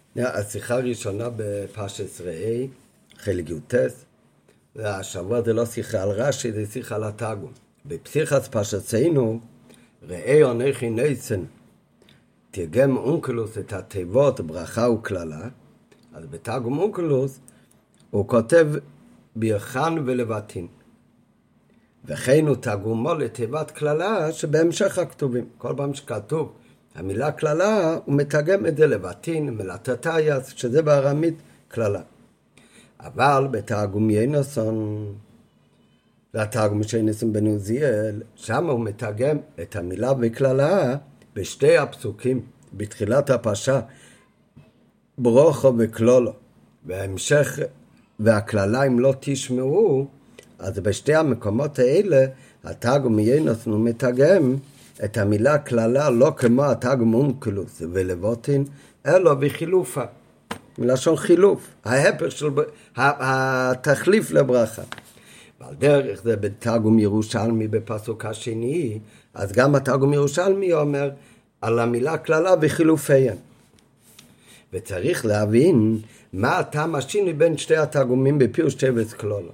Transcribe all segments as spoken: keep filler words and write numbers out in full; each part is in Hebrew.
השיחה הראשונה בפרשת ראה, חלק י"ט, והשבוע זה לא שיחה על רש"י, זה שיחה על התרגום. בפסיכת פרשתנו, ראה אנכי ניצן, תרגם אונקלוס את התיבות ברכה וקללה, אז בתרגום אונקלוס הוא כותב בירכן ולבטין. וכן הוא תרגומו לתיבת קללה שבהמשך הכתובים. כל פעם שכתוב המילה קללה, הוא מתרגם את זה לבטין, מלטטאיאס, שזה בארמית קללה. אבל בתרגום יינוסון, לתרגום שיינסון בן עוזיאל, שם הוא מתרגם את המילה בקללה בשתי הפסוקים, בתחילת הפרשה, ברוכו וקלולו, וההמשך והקללה אם לא תשמעו, אז בשתי המקומות האלה, התרגום יינוסון הוא מתרגם את המילה קללה לא כמו התרגום אונקלוס ולבוטין, אלא בחילופה, מלשון חילוף, ההפך של התחליף לברכה. ועל דרך זה בתרגום ירושלמי בפסוק השני, אז גם התרגום ירושלמי אומר על המילה קללה וחילופיין. וצריך להבין מה הטעם השני בין שתי התרגומים בפירוש תיבת קללה.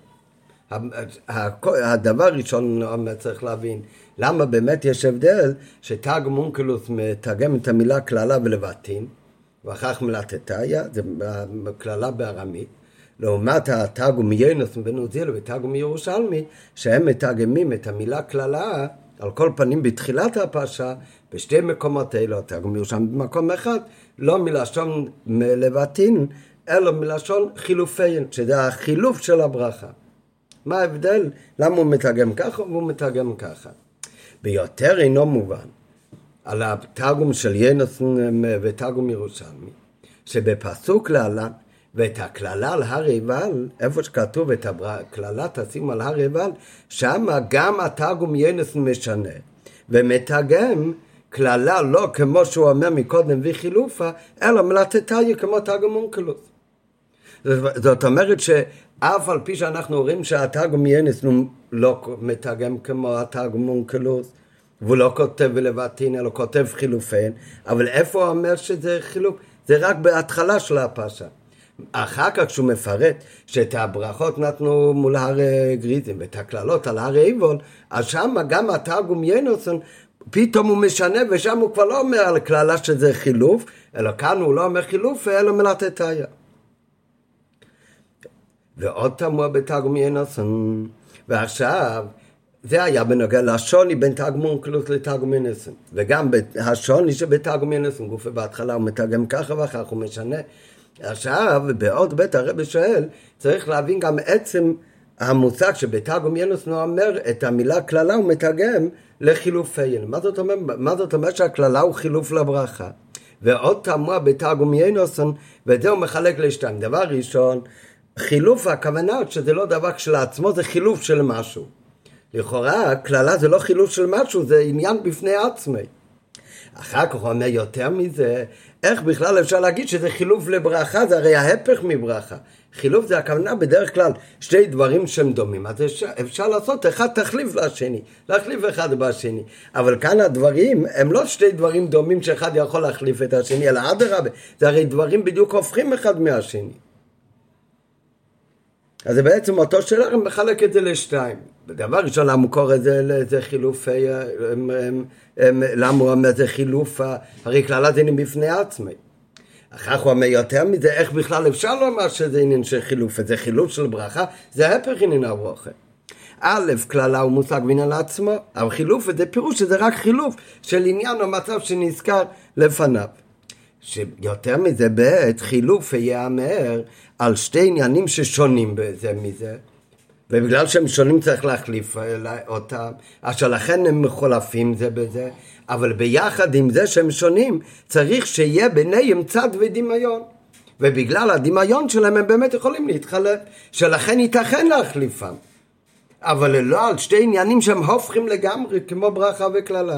הדבר הראשון צריך להבין למה באמת יש הבדל שתרגום אונקלוס מתרגם את המילה קללה ולבטין ואחר כך מלטטאיה, זה קללה בארמית, לעומת התרגום יינוסון בן עוזיאל ותרגום ירושלמי שהם מתרגמים את המילה קללה על כל פנים בתחילת הפרשה בשתי מקומות האלה, תרגום ירושלמי במקום אחד לא מלשון לבטין אלא מלשון חילופיין, שזה החילוף של הברכה. מה ההבדל? למה הוא מתרגם ככה והוא מתרגם ככה? ביותר אינו מובן על התרגום של יינוסון ותרגום ירושלמי, שבפסוק להלן, ואת הקללה על הר עיבל, איפה שכתוב את הקללה תשים על הר עיבל, שם גם התרגום יינוסון משנה, ומתרגם קללה לא כמו שהוא אומר מקודם וחילופה, אלא מלטטאיה כמו תרגום אונקלוס. זאת אומרת שאף על פי שאנחנו רואים שהתרגום יינוסון לא מתרגם כמו התרגום אונקלוס, והוא לא כותב לבטין, אלא כותב חילופיין, אבל איפה הוא אומר שזה חילוף? זה רק בהתחלה של הפרשה. אחר כך כשהוא מפרט שאת הברכות נתנו מול הר גריזים, ואת הקללות על הר עיבל, אז שם גם התרגום יינוסון, פתאום הוא משנה, ושם הוא כבר לא אומר על קללה שזה חילוף, אלא כאן הוא לא אומר חילוף, אלא מלטטאיה. ועוד תמוה בתרגום יינוסון, ועכשיו, זה היה בנוגע לשוני בין תרגום אונקלוס לתרגום יינוסון, וגם השוני שבתרגום יינוסון, גופה בהתחלה הוא מתרגם ככה ואחר הוא משנה. עכשיו, בעוד בית הרבי שואל, צריך להבין גם עצם המושג שבתרגום יינוסון הוא אומר את המילה קללה הוא מתרגם לחילופיין. מה זאת אומרת? מה זאת אומרת שהקללה הוא חילוף לברכה? ועוד תמוה בתרגום יינוסון, וזה הוא מחלק לשתיים. דבר ראשון, חילוף הכוונה שזה לא דבר כשלעצמו, זה חילוף של משהו. לכאורה, קללה זה לא חילוף של משהו, זה עניין בפני עצמי. אחר כך הוא אומר יותר מזה, איך בכלל אפשר להגיד שזה חילוף לברכה, זה הרי ההפך מברכה. חילוף זה הכוונה בדרך כלל שתי דברים שהם דומים, אז אפשר, אפשר לעשות אחד תחליף לשני, להחליף אחד בשני. אבל כאן הדברים הם לא שתי דברים דומים שאחד יכול להחליף את השני, אלא אדרבה, זה הרי דברים בדיוק הופכים אחד מהשני. אז זה בעצם אותו שלך מחלק את זה לשתיים. בדבר ראשון, למה הוא קורא את זה, זה חילוף, הם, הם, הם, למה הוא אומר זה חילוף, הרי כלל זה עניין בפני עצמי. אחר הוא אומר יותר מזה, איך בכלל אפשר לומר שזה עניין של חילוף, זה חילוף של ברכה, זה ההפך עניין הברכה. א', כללה הוא מושג בעניין לעצמו, אבל חילוף זה פירוש שזה רק חילוף של עניין או מצב שנזכר לפניו. שיותר מזה בעת חילוף יאמר על שתי עניינים ששונים בזה מזה, ובגלל שהם שונים צריך להחליף אותם, אשר לכן הם מחולפים זה בזה, אבל ביחד עם זה שהם שונים צריך שיהיה ביניהם צד ודמיון, ובגלל הדמיון שלהם הם באמת יכולים להתחלף, שלכן ייתכן להחליפם, אבל לא על שתי עניינים שהם הופכים לגמרי כמו ברכה וקללה.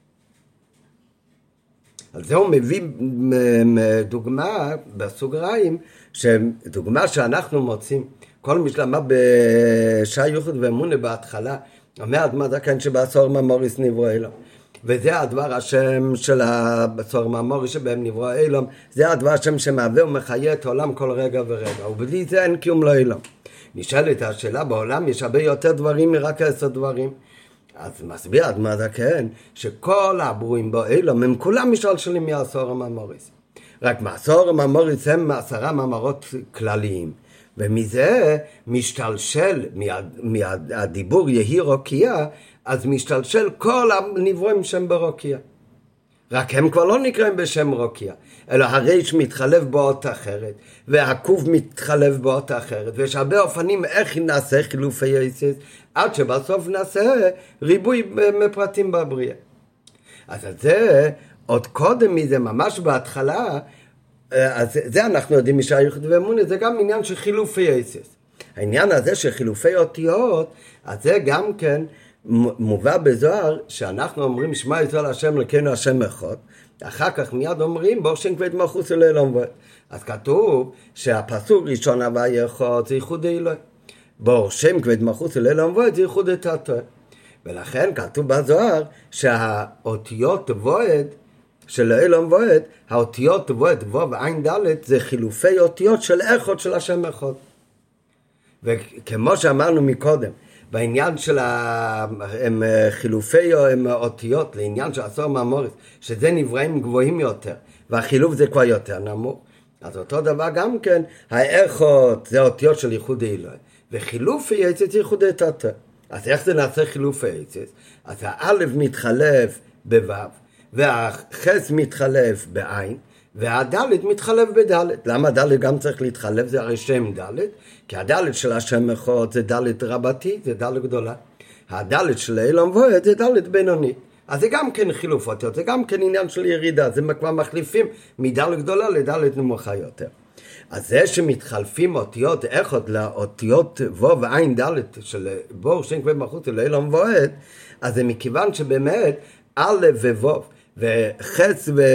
על זה הוא מביא דוגמה בסוגריים, דוגמה שאנחנו מוצאים, כל מי שלמד בשעה יוחד ואמונה בהתחלה, אומר אדמה זקן שבעשור ממוריס נברא אלו. וזה הדבר השם של הבשור המאמורי שבהם נברא אילום, זה הדבר השם שמהווה ומחיה את העולם כל רגע ורגע, ובלי זה אין קיום לאילום. נשאלת השאלה, בעולם יש הרבה יותר דברים מרק עשר דברים. אז מסביר אדמו"ר הזקן שכל הברואים באילום הם כולם משתלשלים מהעשור המאמוריס. רק מעשור המאמוריס הם עשרה מאמרות כלליים, ומזה משתלשל מהדיבור יהי רוקייה, אז משתלשל כל הנברואים שהם ברוקייה. רק הם כבר לא נקראים בשם רוקייה, אלא הריש מתחלף באות אחרת, והקוף מתחלף באות אחרת, ויש הרבה אופנים איך נעשה חילופי יסס, עד שבסוף נעשה ריבוי מפרטים בבריאה. אז זה, עוד קודם מזה, ממש בהתחלה, אז זה אנחנו יודעים משייכות ואמונה, זה גם עניין של חילופי יסס. העניין הזה של חילופי אותיות, אז זה גם כן, מובא בזוהר שאנחנו אומרים שמע ישראל השם אלוקינו השם אחד, אחר כך מיד אומרים בור שם כבד מלכות לעולם ועד. אז כתוב שהפסוק ראשון הוויה אחד זה ייחוד אלוהי, בור שם כבד מלכות לעולם ועד זה ייחוד תתו. ולכן כתוב בזוהר שהאותיות ועד של עולם ועד, האותיות ועד וו ועין דלת זה חילופי אותיות של אחד של השם אחד. וכמו שאמרנו מקודם, בעניין של הם חילופי הם אותיות לעניין של עשור מאמוריס, שזה נבראים גבוהים יותר, והחילוף זה כבר יותר נמוך. אז אותו דבר גם כן, האחות זה אותיות של ייחוד אלוהי, וחילופי יצץ ייחוד תתו. אז איך זה נעשה חילופי יצץ? אז האלף מתחלף בוו, והחס מתחלף בעין, והדלת מתחלף בדלת. למה הדלת גם צריך להתחלף? זה הרי שם דלת, כי הדלת של השם אחד זה דלת רבתי, זה דלת גדולה. הדלת של אילום ועד זה דלת בינוני. אז זה גם כן חילוף אותיות, זה גם כן עניין של ירידה, זה כבר מחליפים מדלת גדולה לדלת נמוכה יותר. אז זה שמתחלפים אותיות אחד לאותיות וו ועין דלת של בור שם כבד מלכות לאילום ועד, אז זה מכיוון שבאמת א' ווו וחץ ו...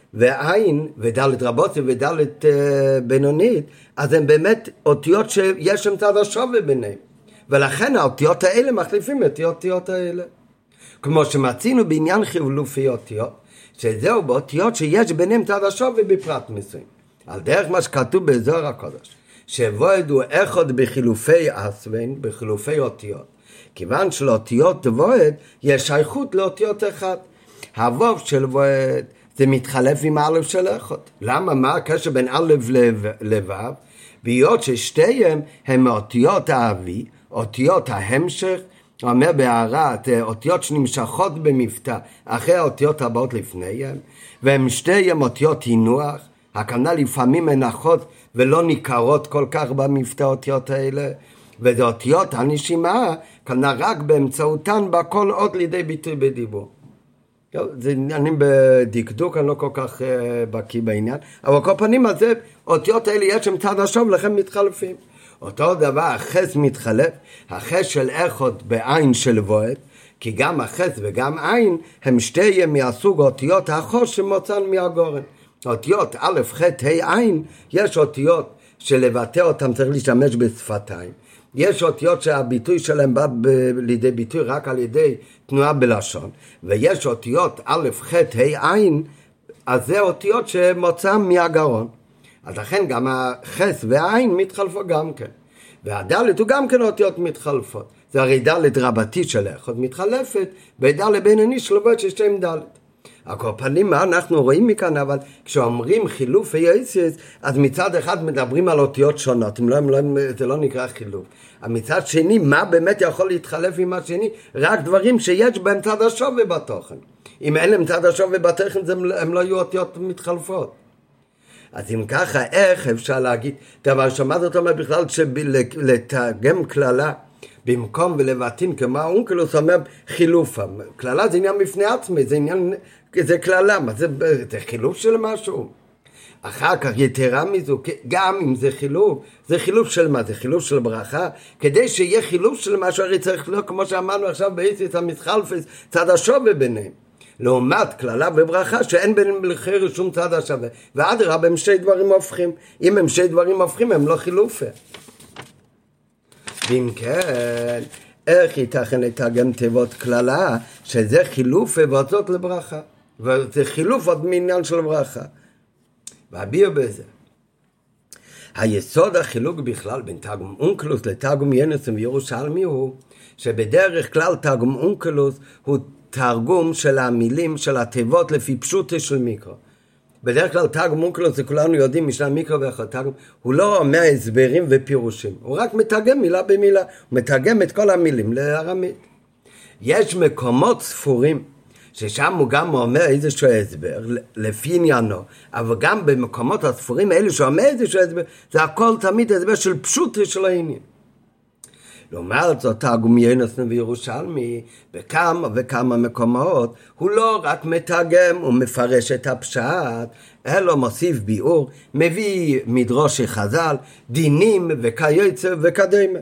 ועין ודלת רבות ודלת uh, בינונית, אז הן באמת אותיות שיש שם צד השווה ביניהם, ולכן האותיות האלה מחליפים את האותיות האלה, כמו שמצינו בעניין חילופי אותיות, שזהו באותיות שיש ביניהם צד השווה בפרט מסוים, על דרך מה שכתוב בזוהר הקודש, שוועד הוא אחד בחילופי אסוון, בחילופי אותיות, כיוון שלאותיות ועד יש שייכות לאותיות אחד. הוו של ועד זה מתחלף עם א' של אחד. למה? מה הקשר בין א' לו'? בהיות ששתיהם הם אותיות האבי, אותיות ההמשך, אומר בהערת, אותיות שנמשכות במבטא אחרי האותיות הבאות לפניהם, והם שתיהם אותיות הינוח, הכוונה לפעמים הן אחות ולא ניכרות כל כך במבטא האותיות האלה, וזה אותיות הנשימה, כנראה רק באמצעותן בכל עוד לידי ביטוי בדיבור. זה עניינים בדקדוק, אני לא כל כך uh, בקיא בעניין, אבל כל פנים הזה, אותיות האלה יש שם צד השוב, לכם מתחלפים. אותו דבר, החס מתחלף, החס של אחד בעין של ועד, כי גם החס וגם עין הם שתיהם מהסוג אותיות החוש שמוצאן מהגורן. אותיות א', ח', ה', עין, יש אותיות שלבטא אותם צריך להשתמש בשפתיים. יש אותיות שהביטוי שלהם בא ב- לידי ביטוי רק על ידי תנועה בלשון, ויש אותיות א', ח', ה', עין, אז זה אותיות שמוצאם מהגרון. אז לכן גם החס והעין מתחלפות גם כן. והדלת הוא גם כן אותיות מתחלפות. זה הרי דלת רבתי של אחד מתחלפת, בדלת בינוני של ועד ששתיים דלת. הקורפנים, מה אנחנו רואים מכאן, אבל כשאומרים חילוף ויועצת, אז מצד אחד מדברים על אותיות שונות, אם לא, אם לא, זה לא נקרא חילוף. מצד שני, מה באמת יכול להתחלף עם השני? רק דברים שיש בהם צד השווה בתוכן. אם אין להם צד השווה בתוכן, הם לא יהיו אותיות מתחלפות. אז אם ככה, איך אפשר להגיד, דבר שמעת אותו אומר בכלל, שלתרגם כללה, במקום ולבטין כמו אונקלוס אומר חילופה. כללה זה עניין בפני עצמי, זה עניין, זה כללה, מה זה, זה חילוף של משהו. אחר כך יתרה מזו, גם אם זה חילוף, זה חילוף של מה? זה חילוף של ברכה. כדי שיהיה חילוף של משהו, הרי צריך להיות, כמו שאמרנו עכשיו באיסיס המתחלפס, צד השווה ביניהם. לעומת כללה וברכה שאין ביניהם לחיר שום צד השווה. ואדרבה, הם שתי דברים הופכים. אם הם שתי דברים הופכים, הם לא חילופה. ואם כן, איך ייתכן לתרגם תיבות כללה, שזה חילוף ועוד לברכה. וזה חילוף עוד מעניין של ברכה. והביר בזה. היסוד החילוק בכלל בין תרגום אונקלוס לתרגום ינסון וירושלמי הוא שבדרך כלל תרגום אונקלוס הוא תרגום של המילים של התיבות לפי פשוטו של מיקרו. בדרך כלל תרגום אונקלוס, זה כולנו יודעים משנה מיקרו ואחר תרגום, הוא לא אומר הסברים ופירושים, הוא רק מתרגם מילה במילה, הוא מתרגם את כל המילים לארמית. יש מקומות ספורים ששם הוא גם אומר איזשהו הסבר לפי עניינו, אבל גם במקומות הספורים האלה שהוא אומר איזשהו הסבר, זה הכל תמיד הסבר של פשוטו של העניין. לעומת זאת, תרגום ינסון וירושלמי, בכמה וכמה מקומות, הוא לא רק מתרגם, הוא מפרש את הפשט, אלא מוסיף ביאור, מביא מדרושי חז"ל, דינים וכיוצא וכדומה.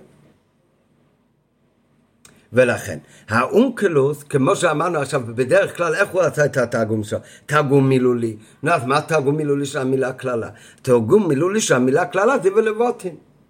ולכן, האונקלוס, כמו שאמרנו עכשיו, בדרך כלל, איך הוא עשה את התרגום שלו? תרגום מילולי. נו, אז מה תרגום מילולי של המילה כללה? תרגום מילולי של המילה כללה זה ולבוטין.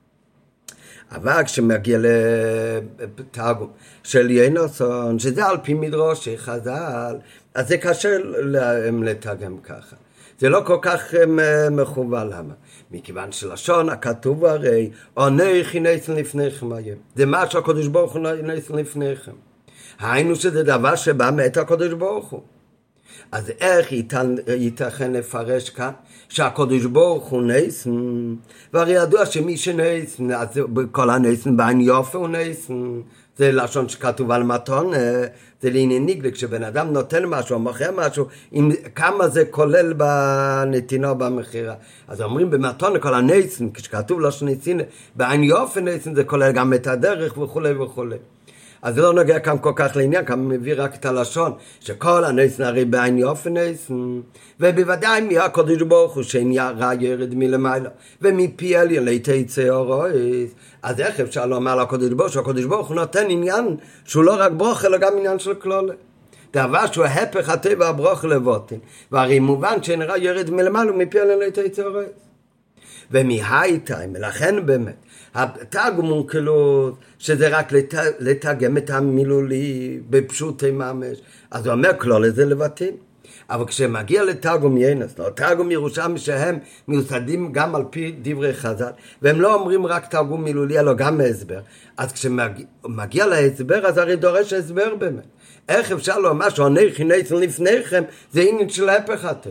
אבל כשמגיע לתרגום של ינסון, שזה על פי מדרושי חז"ל, אז זה קשה להם לתרגם ככה. זה לא כל כך מכוון. למה? מכיוון שלשון הכתוב הרי, אנכי ניסן לפניכם היום. זה מה שהקדוש ברוך הוא ניסן לפניכם. היינו שזה דבר שבא מאת הקדוש ברוך הוא. אז איך ייתכן לפרש כאן שהקדוש ברוך הוא ניסן? והרי ידוע שמי שניסן, אז כל הניסן בעין יופי הוא ניסן. זה לשון שכתוב על מתון, זה לעניין ניגלה, כשבן אדם נותן משהו, מוכר משהו, עם כמה זה כולל בנתינה במחירה. אז אומרים במתון כל הניסן, כשכתוב לשון ניסן, בעין יופי ניסן זה כולל גם את הדרך וכו' וכו'. אז זה לא נוגע כאן כל כך לעניין, כאן מביא רק את הלשון, שכל הניסן הרי בעין יופי ניסן, ובוודאי מי הקדוש ברוך הוא שאין רע ירד מלמעלה, ומפי עליון ליתצא אורייס. אז איך אפשר לומר לקדוש ברוך הוא, שהקדוש ברוך הוא נותן עניין שהוא לא רק ברוך, אלא גם עניין של כלולה. דבר שהוא הפך הטבע הברוך לבוטין, והרי מובן שאין רע ירד מלמעלה, ומפי עליון ליתצא אורייס. ומהייתיים, ולכן באמת, התרגום אונקלוס, שזה רק לתרגם את המילולי בפשוטי ממש, אז הוא אומר כלולה זה לבטין. אבל כשמגיע לתרגום ינס, או תרגום ירושלמי שהם מיוסדים גם על פי דברי חז"ל, והם לא אומרים רק תרגום מילולי, אלא גם הסבר, אז כשמגיע להסבר, אז הרי דורש הסבר באמת. איך אפשר לומר שאנכי ניסן לפניכם, זה עניין של הפך הטבע.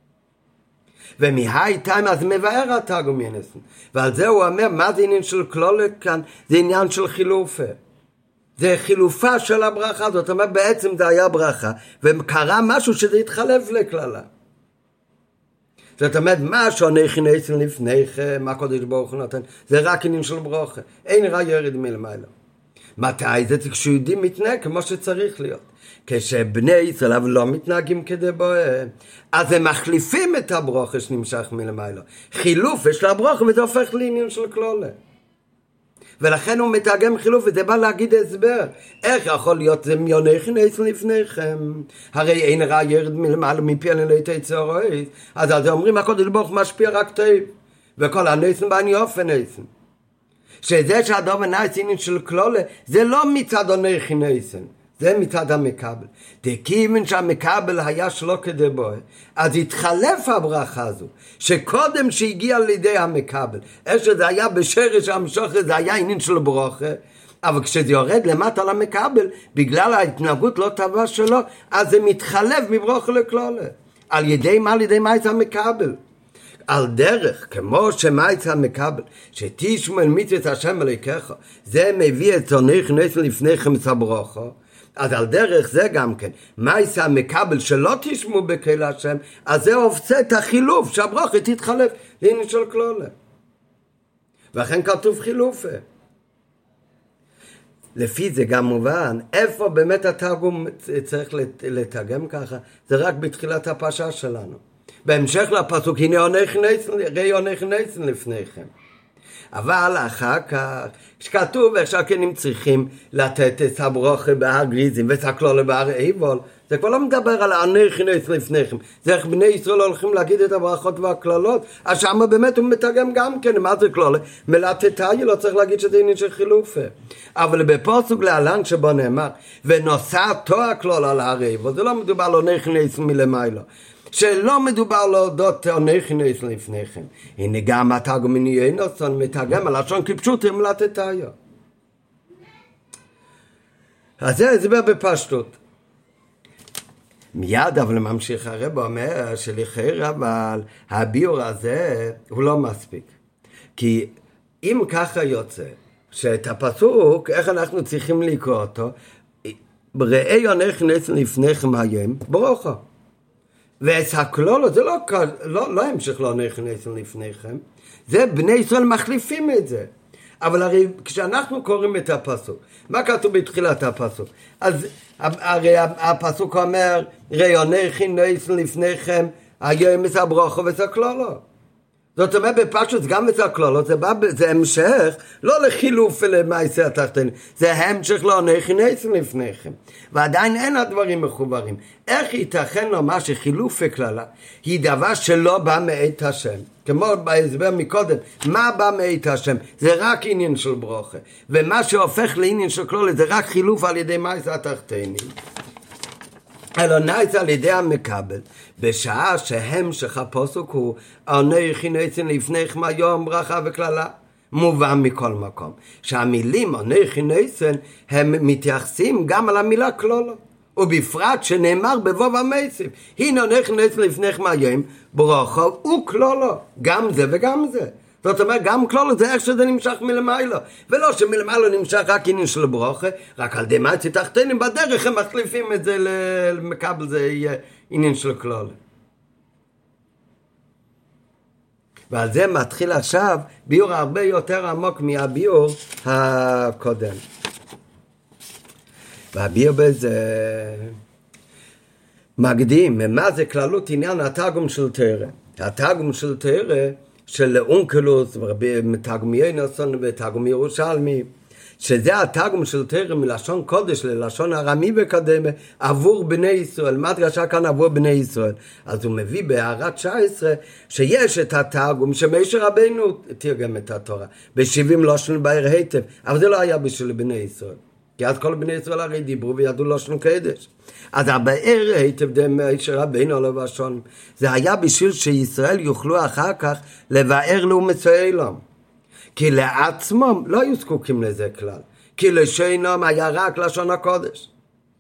ומהייתיים אז מבאר התרגום ינסון. ועל זה הוא אומר, מה זה עניין של כלולה כאן? זה עניין של חילופה. זה חילופה של הברכה. זאת אומרת, בעצם זה היה ברכה, וקרה משהו שזה התחלף לכללה. זאת אומרת, מה שאנכי ניסן לפניכם, מה הקדוש ברוך הוא נותן, זה רק עניין של ברכה. אין רע ירד מלמעלה. מתי זה? כשיהודים מתנהג כמו שצריך להיות. כשבני ישראל אבל לא מתנהגים כדי בוהם, אז הם מחליפים את הברוכה שנמשך מלמעלה. חילוף יש לה ברכה וזה הופך לעניין של כלולה. ולכן הוא מתרגם חילוף, וזה בא להגיד הסבר. איך יכול להיות זה אנכי ניסן לפניכם? הרי אין רע ירד מלמעלה מפי עליון ליתצא אורייס. אז על זה אומרים הקדוש ברוך הוא משפיע רק טוב. וכל הניסן בעין יופי ניסן. שזה שהדבר נעשה עניין של כלולה, זה לא מצד אנכי ניסן. זה מצד המקבל. תכיוון שהמקבל היה שלא כדי בו, אז התחלף הברכה הזו, שקודם שהגיע לידי המקבל, איך שזה היה בשרש המשוך, זה היה עניין של ברכה, אבל כשזה יורד למטה למקבל, בגלל ההתנהגות לא טובה שלו, אז זה מתחלף מברכה לכלולה. על ידי מה? על ידי מה זה המקבל? על דרך, כמו שמייץ המקבל, שתשמעו אל מצוות השם אלוהיכם, זה מביא את אנכי ניסן לפניכם את הברכה. אז על דרך זה גם כן, מה יעשה המקבל שלא תשמעו בקהל השם, אז זה הופצה את החילוף, שהברכה תתחלף לעניין של כלולה. ולכן כתוב חילופה. לפי זה גם מובן, איפה באמת התרגום צריך לתרגם ככה, זה רק בתחילת הפרשה שלנו. בהמשך לפסוק, הנה אנכי ניסן, ראי אנכי ניסן לפניכם. אבל אחר כך, כשכתוב עכשיו כן הם צריכים לתת את הברכה בהר גריזים ואת הכלולה בהר עיבל, זה כבר לא מדבר על אנכי נס לפניכם, זה איך בני ישראל הולכים להגיד את הברכות והכללות, אז שם באמת הוא מתרגם גם כן, מה זה כלולה? מלטטאי לא צריך להגיד שזה עניין של חילופה. אבל בפסוק להלן שבו נאמר, ונושא תואר כלול על הריב, וזה לא מדובר על אנכי נס מלמיילו. שלא מדובר להודות אנכי נס לפניכם. הנה גם התרגום מניעי נוסון מתרגם על לשון כפשוט מלטטאי. אז זה הסבר בפשטות. מיד אבל ממשיך הרב אומר שלכאורה אבל הביור הזה הוא לא מספיק. כי אם ככה יוצא שאת הפסוק איך אנחנו צריכים לקרוא אותו, ראי אנכי נס לפניכם היום ברוכו. ואת הכלול זה לא, לא, לא המשך לא אנכי נס לפניכם, זה בני ישראל מחליפים את זה. אבל הרי כשאנחנו קוראים את הפסוק, מה כתוב בתחילת הפסוק? אז הרי הפסוק אומר, ראי אנכי נס לפניכם, היום את הברוכו ואת הכלולו. זאת אומרת בפשטות גם את הכלולו, זה, זה המשך, לא לחילוף למעשה התחתונים, זה המשך לא אנכי נס לפניכם. ועדיין אין הדברים מחוברים. איך ייתכן לומר שחילוף וכללה היא דבר שלא בא מאת השם? כמו בהסבר מקודם, מה בא מאת השם? זה רק עניין של ברוכה. ומה שהופך לעניין של כלולה זה רק חילוף על ידי מעשה התחתונים. אלא נעשה על ידי המקבל, בשעה שהמשך הפסוק הוא אנכי נס לפניכם היום ברכה וכללה. מובן מכל מקום שהמילים אנכי נס הם מתייחסים גם על המילה כלולה, ובפרט שנאמר בבוב המייסיב, הנה אנכי נס לפניכם היום ברכה וכלולה, גם זה וגם זה. זאת אומרת, גם כלולה זה איך שזה נמשך מלמעלה, ולא שמלמעלה נמשך רק עניין של ברכה, רק על ידי מעשה תחתונים בדרך הם מחליפים את זה למקבל, זה יהיה עניין של כלולה. ועל זה מתחיל עכשיו ביור הרבה יותר עמוק מהביור הקודם. והביור בזה מקדים, מה זה כללות עניין התרגום של תורה. התרגום של תורה של אונקלוס, מתרגמי נוסון ותרגום ירושלמי, שזה התרגום של תורה מלשון קודש ללשון ארמי וקדמה עבור בני ישראל. מה דרשה כאן עבור בני ישראל? אז הוא מביא בהערת תשע עשרה שיש את התרגום שמשה רבינו תרגם את התורה ב-שבעים לשון בער היטב, אבל זה לא היה בשביל בני ישראל, כי אז כל בני ישראל הרי דיברו וידעו לשון קדש. אז הבאר היטב דם משה רבינו עליו השון, זה היה בשביל שישראל יוכלו אחר כך לבאר לאומות העולם, כי לעצמם לא היו זקוקים לזה כלל, כי לשונם היה רק לשון הקודש.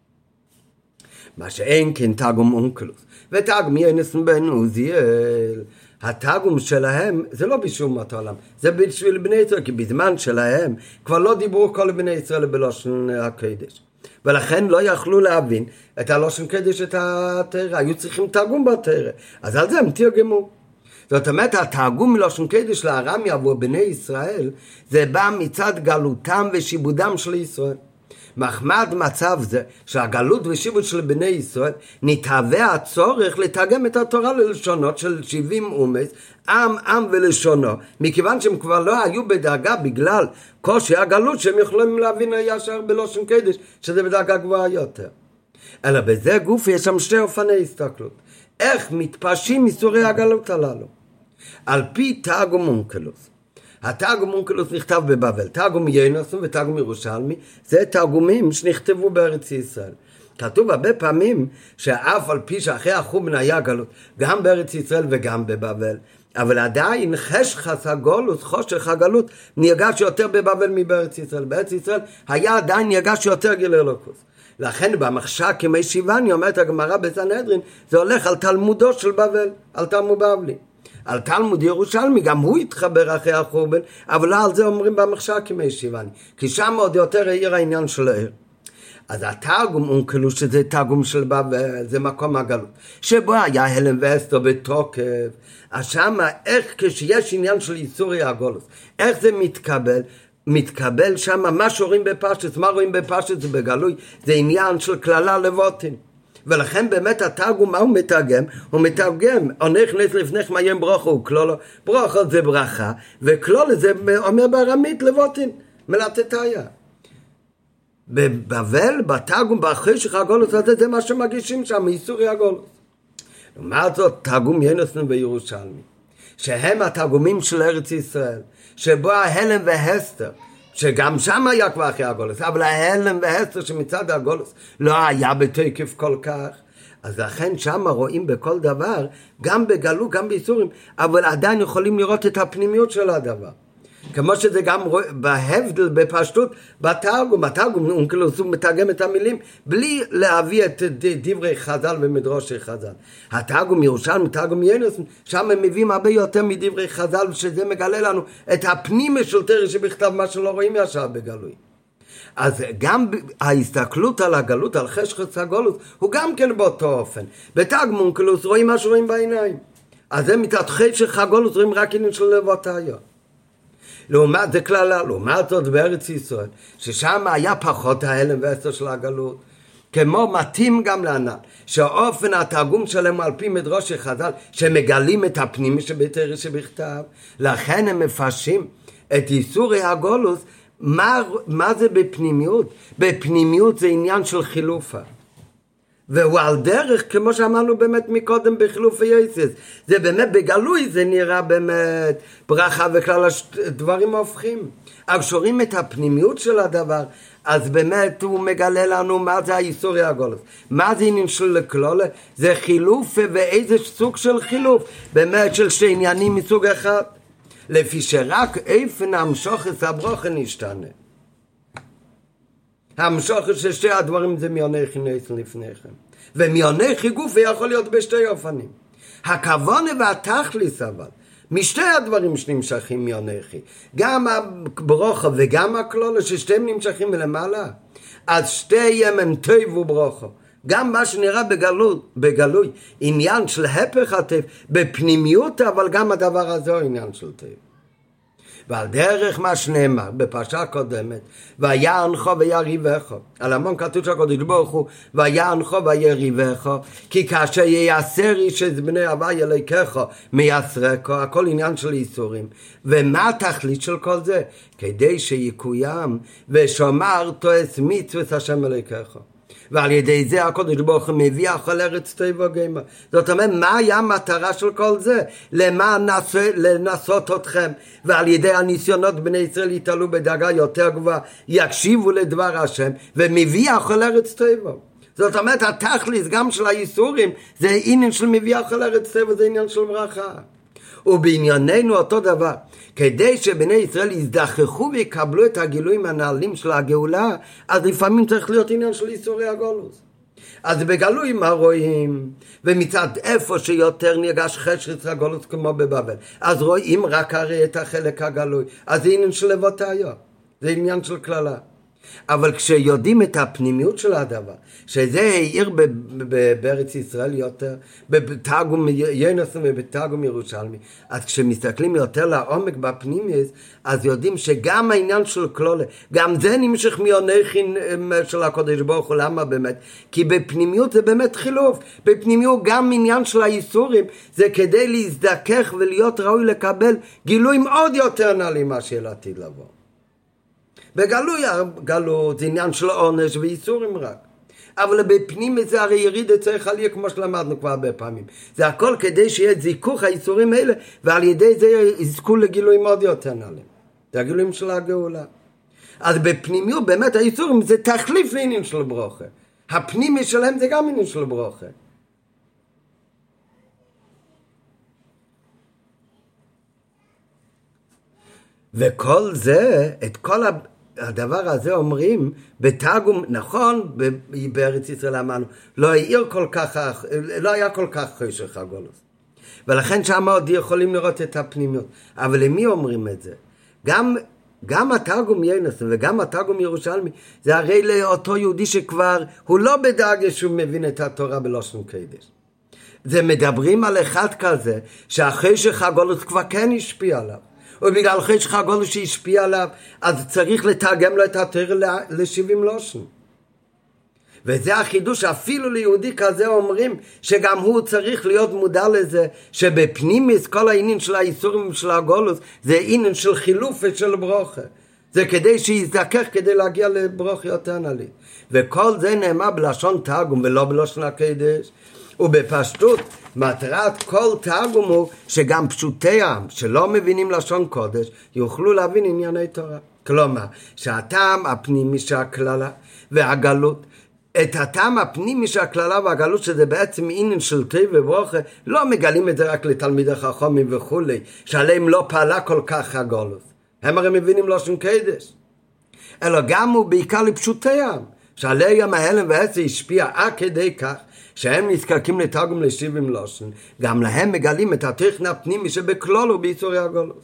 מה שאין כן תרגום אונקלוס ותרגום יונסון בן עוזיאל, התרגום שלהם זה לא בשביל אומות העולם, זה בשביל בני ישראל, כי בזמן שלהם כבר לא דיברו כל בני ישראל בלשון הקודש, ולכן לא יכלו להבין את הלשון קודש, את התורה, היו צריכים תרגום בתורה, אז על זה הם תרגמו. זאת אומרת, התרגום מלשון קודש לארמי עבור בני ישראל, זה בא מצד גלותם ושיבודם של ישראל. מחמד מצב זה שהגלות ושיבוד של בני ישראל נתהווה הצורך לתרגם את התורה ללשונות של שבעים אומות, עם עם ולשונו, מכיוון שהם כבר לא היו בדרגה בגלל קושי הגלות שהם יכולים להבין ישר בלשון קודש, שזה בדרגה גבוהה יותר. אלא בזה גוף יש שם שתי אופני הסתכלות. איך מתפשים מסורי הגלות הללו? על פי תרגום אונקלוס. התרגום אונקלוס נכתב בבבל, תרגום יונסון ותרגום ירושלמי, זה תרגומים שנכתבו בארץ ישראל. כתוב הרבה פעמים שאף על פי שאחרי החורבן היה גלות, גם בארץ ישראל וגם בבבל, אבל עדיין חשך הגלות, חושך הגלות, נרגש יותר בבבל מבארץ ישראל. בארץ ישראל היה עדיין נרגש יותר גיל אלוקות. לכן במחשק כמי שיבני אומרת הגמרא בסנהדרין, זה הולך על תלמודו של בבל, על תלמוד בבלי. על תלמוד ירושלמי גם הוא התחבר אחרי החורבן, אבל לא על זה אומרים במחשק כמי שיבני, כי שם עוד יותר העיר העניין של העיר. אז התרגום אונקלוס שזה תרגום של בבל, זה מקום הגלות, שבו היה הלם ואסתר בתוקף, אז שמה איך כשיש עניין של איסורי הגולוס, איך זה מתקבל? מתקבל שם מה שרואים בפשט, מה רואים בפשט זה בגלוי, זה עניין של כללה לבוטין. ולכן באמת התרגום, מה הוא מתרגם? הוא מתרגם, אנכי נס לפניכם היום ברכה וכלולה, ברכה זה ברכה, וכלולה זה אומר בארמית לבוטין, מלטטאיה. בבבל, בתרגום, בחשך הגולוס הזה, זה מה שמגישים שם, איסורי הגולוס. לעומת זאת, תרגום יונתן וירושלמי, שהם התרגומים של ארץ ישראל, שבו ההלם והסתר, שגם שם היה כבר אחרי הגולוס, אבל ההלם והסתר שמצד הגולוס לא היה בתוקף כל כך, אז לכן שם רואים בכל דבר, גם בגלות, גם באיסורים, אבל עדיין יכולים לראות את הפנימיות של הדבר. כמו שזה גם בהבדל, בפשטות, בתרגום, בתרגום, אונקלוס הוא מתרגם את המילים, בלי להביא את דברי חז"ל ומדרושי חז"ל. התרגום ירושלמי, תרגום יונתן, שם הם מביאים הרבה יותר מדברי חז"ל, שזה מגלה לנו את הפנימי של תורה שבכתב, מה שלא רואים ישר בגלוי. אז גם ההסתכלות על הגלות, על חשך הגלות, הוא גם כן באותו אופן. בתרגום אונקלוס רואים מה שרואים בעיניים. אז זה מצד חשך הגלות רואים רק עניין של לבטאיה. לעומת זה כללה, לעומת זאת בארץ ישראל, ששם היה פחות ההלם והסתר של הגלות, כמו מתאים גם לענן, שהאופן התרגום שלהם על פי מדרושי חז"ל, שמגלים את הפנימי שבתורה שבכתב, לכן הם מפרשים את איסורי הגולוס, מה, מה זה בפנימיות? בפנימיות זה עניין של חילופה. והוא על דרך, כמו שאמרנו באמת מקודם בחילוף ויסס, זה באמת בגלוי, זה נראה באמת ברכה וכלל הדברים הופכים. אבל כשרואים את הפנימיות של הדבר, אז באמת הוא מגלה לנו מה זה האיסורי הגולוס. מה זה עניין של כלולה? זה חילוף ואיזה סוג של חילוף, באמת של שני עניינים מסוג אחד. לפי שרק איפן המשוחס הברוכן ישתנה. המשוחס של שתי הדברים זה מיונכי נסן לפניכם. ומיונכי גופי יכול להיות בשתי אופנים. הכוונה והתכליס אבל, משתי הדברים שנמשכים מיונכי, גם הברוכה וגם הכלולה ששתיהם נמשכים מלמעלה, אז שתיהם הם טוב וברוכה. גם מה שנראה בגלוי, בגלוי, עניין של הפך הטוב, בפנימיות, אבל גם הדבר הזה הוא עניין של טוב. ועל דרך מה שנאמר בפרשה קודמת, ויענך ויריבך, על המון כתוב שהקדוש ברוך הוא, ויענך ויריבך, כי כאשר ייסר איש את בני הווי אלוהיך מייסרך, הכל עניין של איסורים. ומה התכלית של כל זה? כדי שיקוים ושומר תועש מצוות השם אלוהיך. ועל ידי זה הקדוש ברוך הוא מביא אכל ארץ טוב וגמר. זאת אומרת, מה היה המטרה של כל זה? למה לנסות אתכם, ועל ידי הניסיונות בני ישראל יתעלו בדרגה יותר גבוהה, יקשיבו לדבר השם, ומביא אכל ארץ טוב. זאת אומרת, התכלית גם של האיסורים, זה עניין של מביא אכל ארץ טוב, זה עניין של ברכה. ובענייננו אותו דבר, כדי שבני ישראל יזדחכו ויקבלו את הגילויים הנעלים של הגאולה, אז לפעמים צריך להיות עניין של איסורי הגולוס. אז בגלוי מה רואים? ומצד איפה שיותר נרגש חשך הגולוס כמו בבבל, אז רואים רק הרי את החלק הגלוי, אז זה עניין של לבטאיה, זה עניין של כללה. אבל כשיודעים את הפנימיות של הדבר, שזה העיר בארץ ישראל יותר, בתרגום יונתן ובתרגום ירושלמי, אז כשמסתכלים יותר לעומק בפנימיות, אז יודעים שגם העניין של כלולה, גם זה נמשך מיונכי של הקדוש ברוך הוא. למה באמת? כי בפנימיות זה באמת חילוף. בפנימיות גם עניין של האיסורים, זה כדי להזדכך ולהיות ראוי לקבל גילויים עוד יותר נעלים מה של עתיד לבוא. בגלוי, גלות זה עניין של עונש ואיסורים רק. אבל בפנים זה הרי יריד צריך עלייה כמו שלמדנו כבר הרבה פעמים. זה הכל כדי שיהיה זיכוך האיסורים האלה, ועל ידי זה יזכו לגילויים עוד יותר נעלים. זה הגילויים של הגאולה. אז בפנימיות באמת האיסורים זה תחליף לעניין של ברוכה. הפנימי שלהם זה גם עניין של ברוכה. וכל זה, את כל הדבר הזה אומרים בתרגום, נכון, בארץ ישראל אמרנו, לא העיר כל כך, לא היה כל כך חשך הגולוס. ולכן שם עוד יכולים לראות את הפנימיות. אבל למי אומרים את זה? גם, גם התרגום יונתן וגם התרגום ירושלמי, זה הרי לאותו יהודי שכבר, הוא לא בדאגה שהוא מבין את התורה בלושן קודש. זה מדברים על אחד כזה, שהחשך הגולוס כבר כן השפיע עליו. ובגלל חשך הגולוס שהשפיע עליו, אז צריך לתרגם לו את התורה ל-שבעים לושן. וזה החידוש, אפילו ליהודי כזה אומרים, שגם הוא צריך להיות מודע לזה, שבפנימיס כל העניין של האיסורים של הגולוס, זה עניין של חילוף ושל ברוכה. זה כדי שיזדכך כדי להגיע לברוך יותר נעלית. וכל זה נאמר בלשון תרגום ולא בלשון הקודש. ובפשטות מטרת כל תרגום הוא שגם פשוטי העם שלא מבינים לשון קודש יוכלו להבין ענייני תורה. כלומר, שהטעם הפנימי של הכללה והגלות, את הטעם הפנימי של הכללה והגלות, שזה בעצם עניין של טוב וברוכה, לא מגלים את זה רק לתלמידי חכמים וכולי, שעליהם לא פעלה כל כך הגלות. הם הרי מבינים לשון קודש. אלא גם הוא בעיקר לפשוטי העם, שעליהם ההלם והעצה השפיע עד כדי כך, שהם נזקקים לתרגום לשבעים לשון, גם להם מגלים את התוכן הפנימי שבכלול וביצורי הגלות.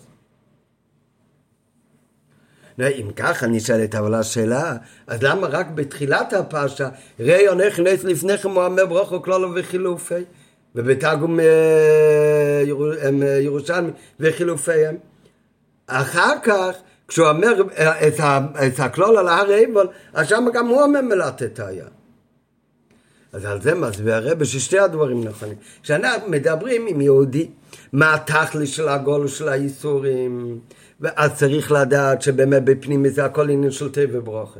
אם ככה נשאלת אבל השאלה, אז למה רק בתחילת הפרשה, ראי יונך נס לפניכם הוא אומר ברוכו כלולו וחילופי, ובתרגום ירושלמי וחילופיהם. אחר כך, כשהוא אומר את הכלול על הר עיבל, אז שם גם הוא אומר מלטתיה. אז על זה מסביר הרב ששתי הדברים נכונים. כשאנחנו מדברים עם יהודי, מה התכלית של הגול של האיסורים, ואז צריך לדעת שבאמת בפנים זה הכל עניין של טוב וברוכה.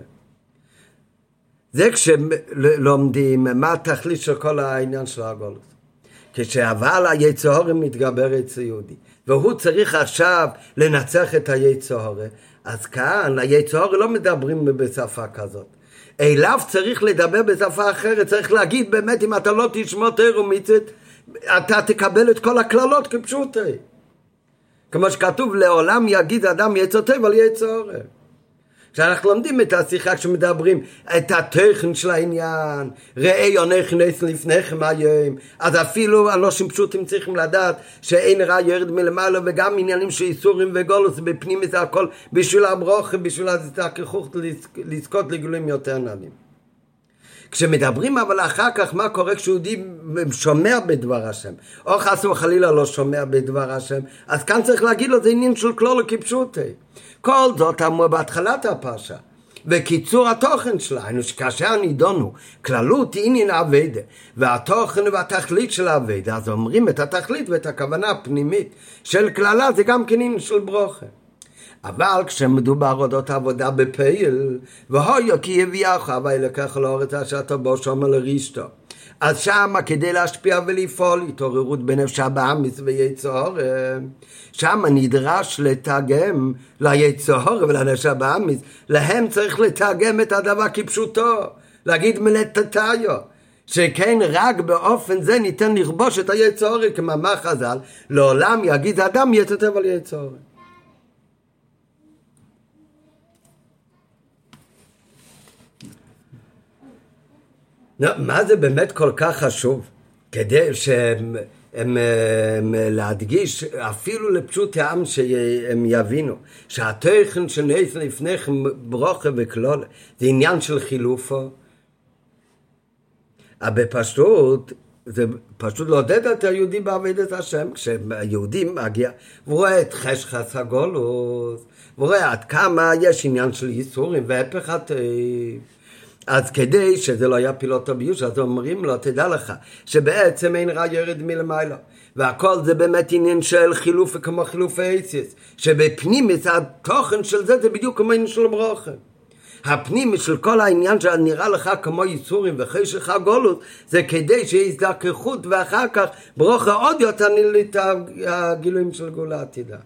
זה כשלומדים מה התכלית של כל העניין של הגול. כשאבל היצר הרע מתגבר אצל יהודי, והוא צריך עכשיו לנצח את היצר הרע, אז כאן היצר הרע לא מדברים בשפה כזאת. אליו צריך לדבר בשפה אחרת, צריך להגיד באמת אם אתה לא תשמע תורה ומצוות, אתה תקבל את כל הכללות כפשוטי. כמו שכתוב, לעולם יגיד אדם יצר טוב על יצר הרע. כשאנחנו לומדים את השיחה, כשמדברים את התוכן של העניין, ראי יונך נס לפניכם היום, אז אפילו אנשים פשוטים צריכים לדעת שאין רע ירד מלמעלה, וגם עניינים של איסורים וגולוס בפנים זה הכל בשביל הברוכה, בשביל הזככות לזכות לגילויים יותר נעלים. כשמדברים אבל אחר כך מה קורה כשיהודי שומע בדבר השם, או חס וחלילה לא שומע בדבר השם, אז כאן צריך להגיד לו זה עניין של כלולו כפשוטי. כל זאת אמרו בהתחלת הפרשה, וקיצור התוכן שלנו, שכאשר נידונו כללות עניין העבודה, והתוכן והתכלית של העבודה, אז אומרים את התכלית ואת הכוונה הפנימית של כללה, זה גם כנין של ברוכה. אבל כשמדובר אודות העבודה בפעיל, והויו כי יביאך, אבל לקח לאורץ אשר תבוא שומר לרישתו. אז שמה כדי להשפיע ולפעול, התעוררות בנפשה בעמיס ויצר, שמה נדרש לתרגם ליצר ולנפשה בעמיס, להם צריך לתרגם את הדבר כפשוטו, להגיד מלטתיו, שכן רק באופן זה ניתן לכבוש את היצר, כמאמר חז"ל, לעולם יגיד אדם יצר טוב על יצר. מה זה באמת כל כך חשוב? כדי שהם הם, הם, להדגיש אפילו לפשוט העם שהם יבינו שהתוכן של נס לפניכם ברוכה וכלול זה עניין של חילופו. אבל בפשטות זה פשוט לעודד את היהודי בעבודת השם. כשהיהודי מגיע ורואה את חשכת הגולוס ורואה עד כמה יש עניין של איסורים והפך הטוב, אז כדי שזה לא יפיל אותו ביוש, אז אומרים לו, תדע לך, שבעצם אין רע ירד מלמעלה. והכל זה באמת עניין של חילוף כמו חילוף העציס, שבפנים התוכן של זה, זה בדיוק כמו עניין של ברוכה. הפנים של כל העניין שנראה לך כמו ייסורים וחשך הגולות, זה כדי שיהיה הזדככות, ואחר כך ברוכה עוד יותר נלית הגילויים של גאולה עתידה.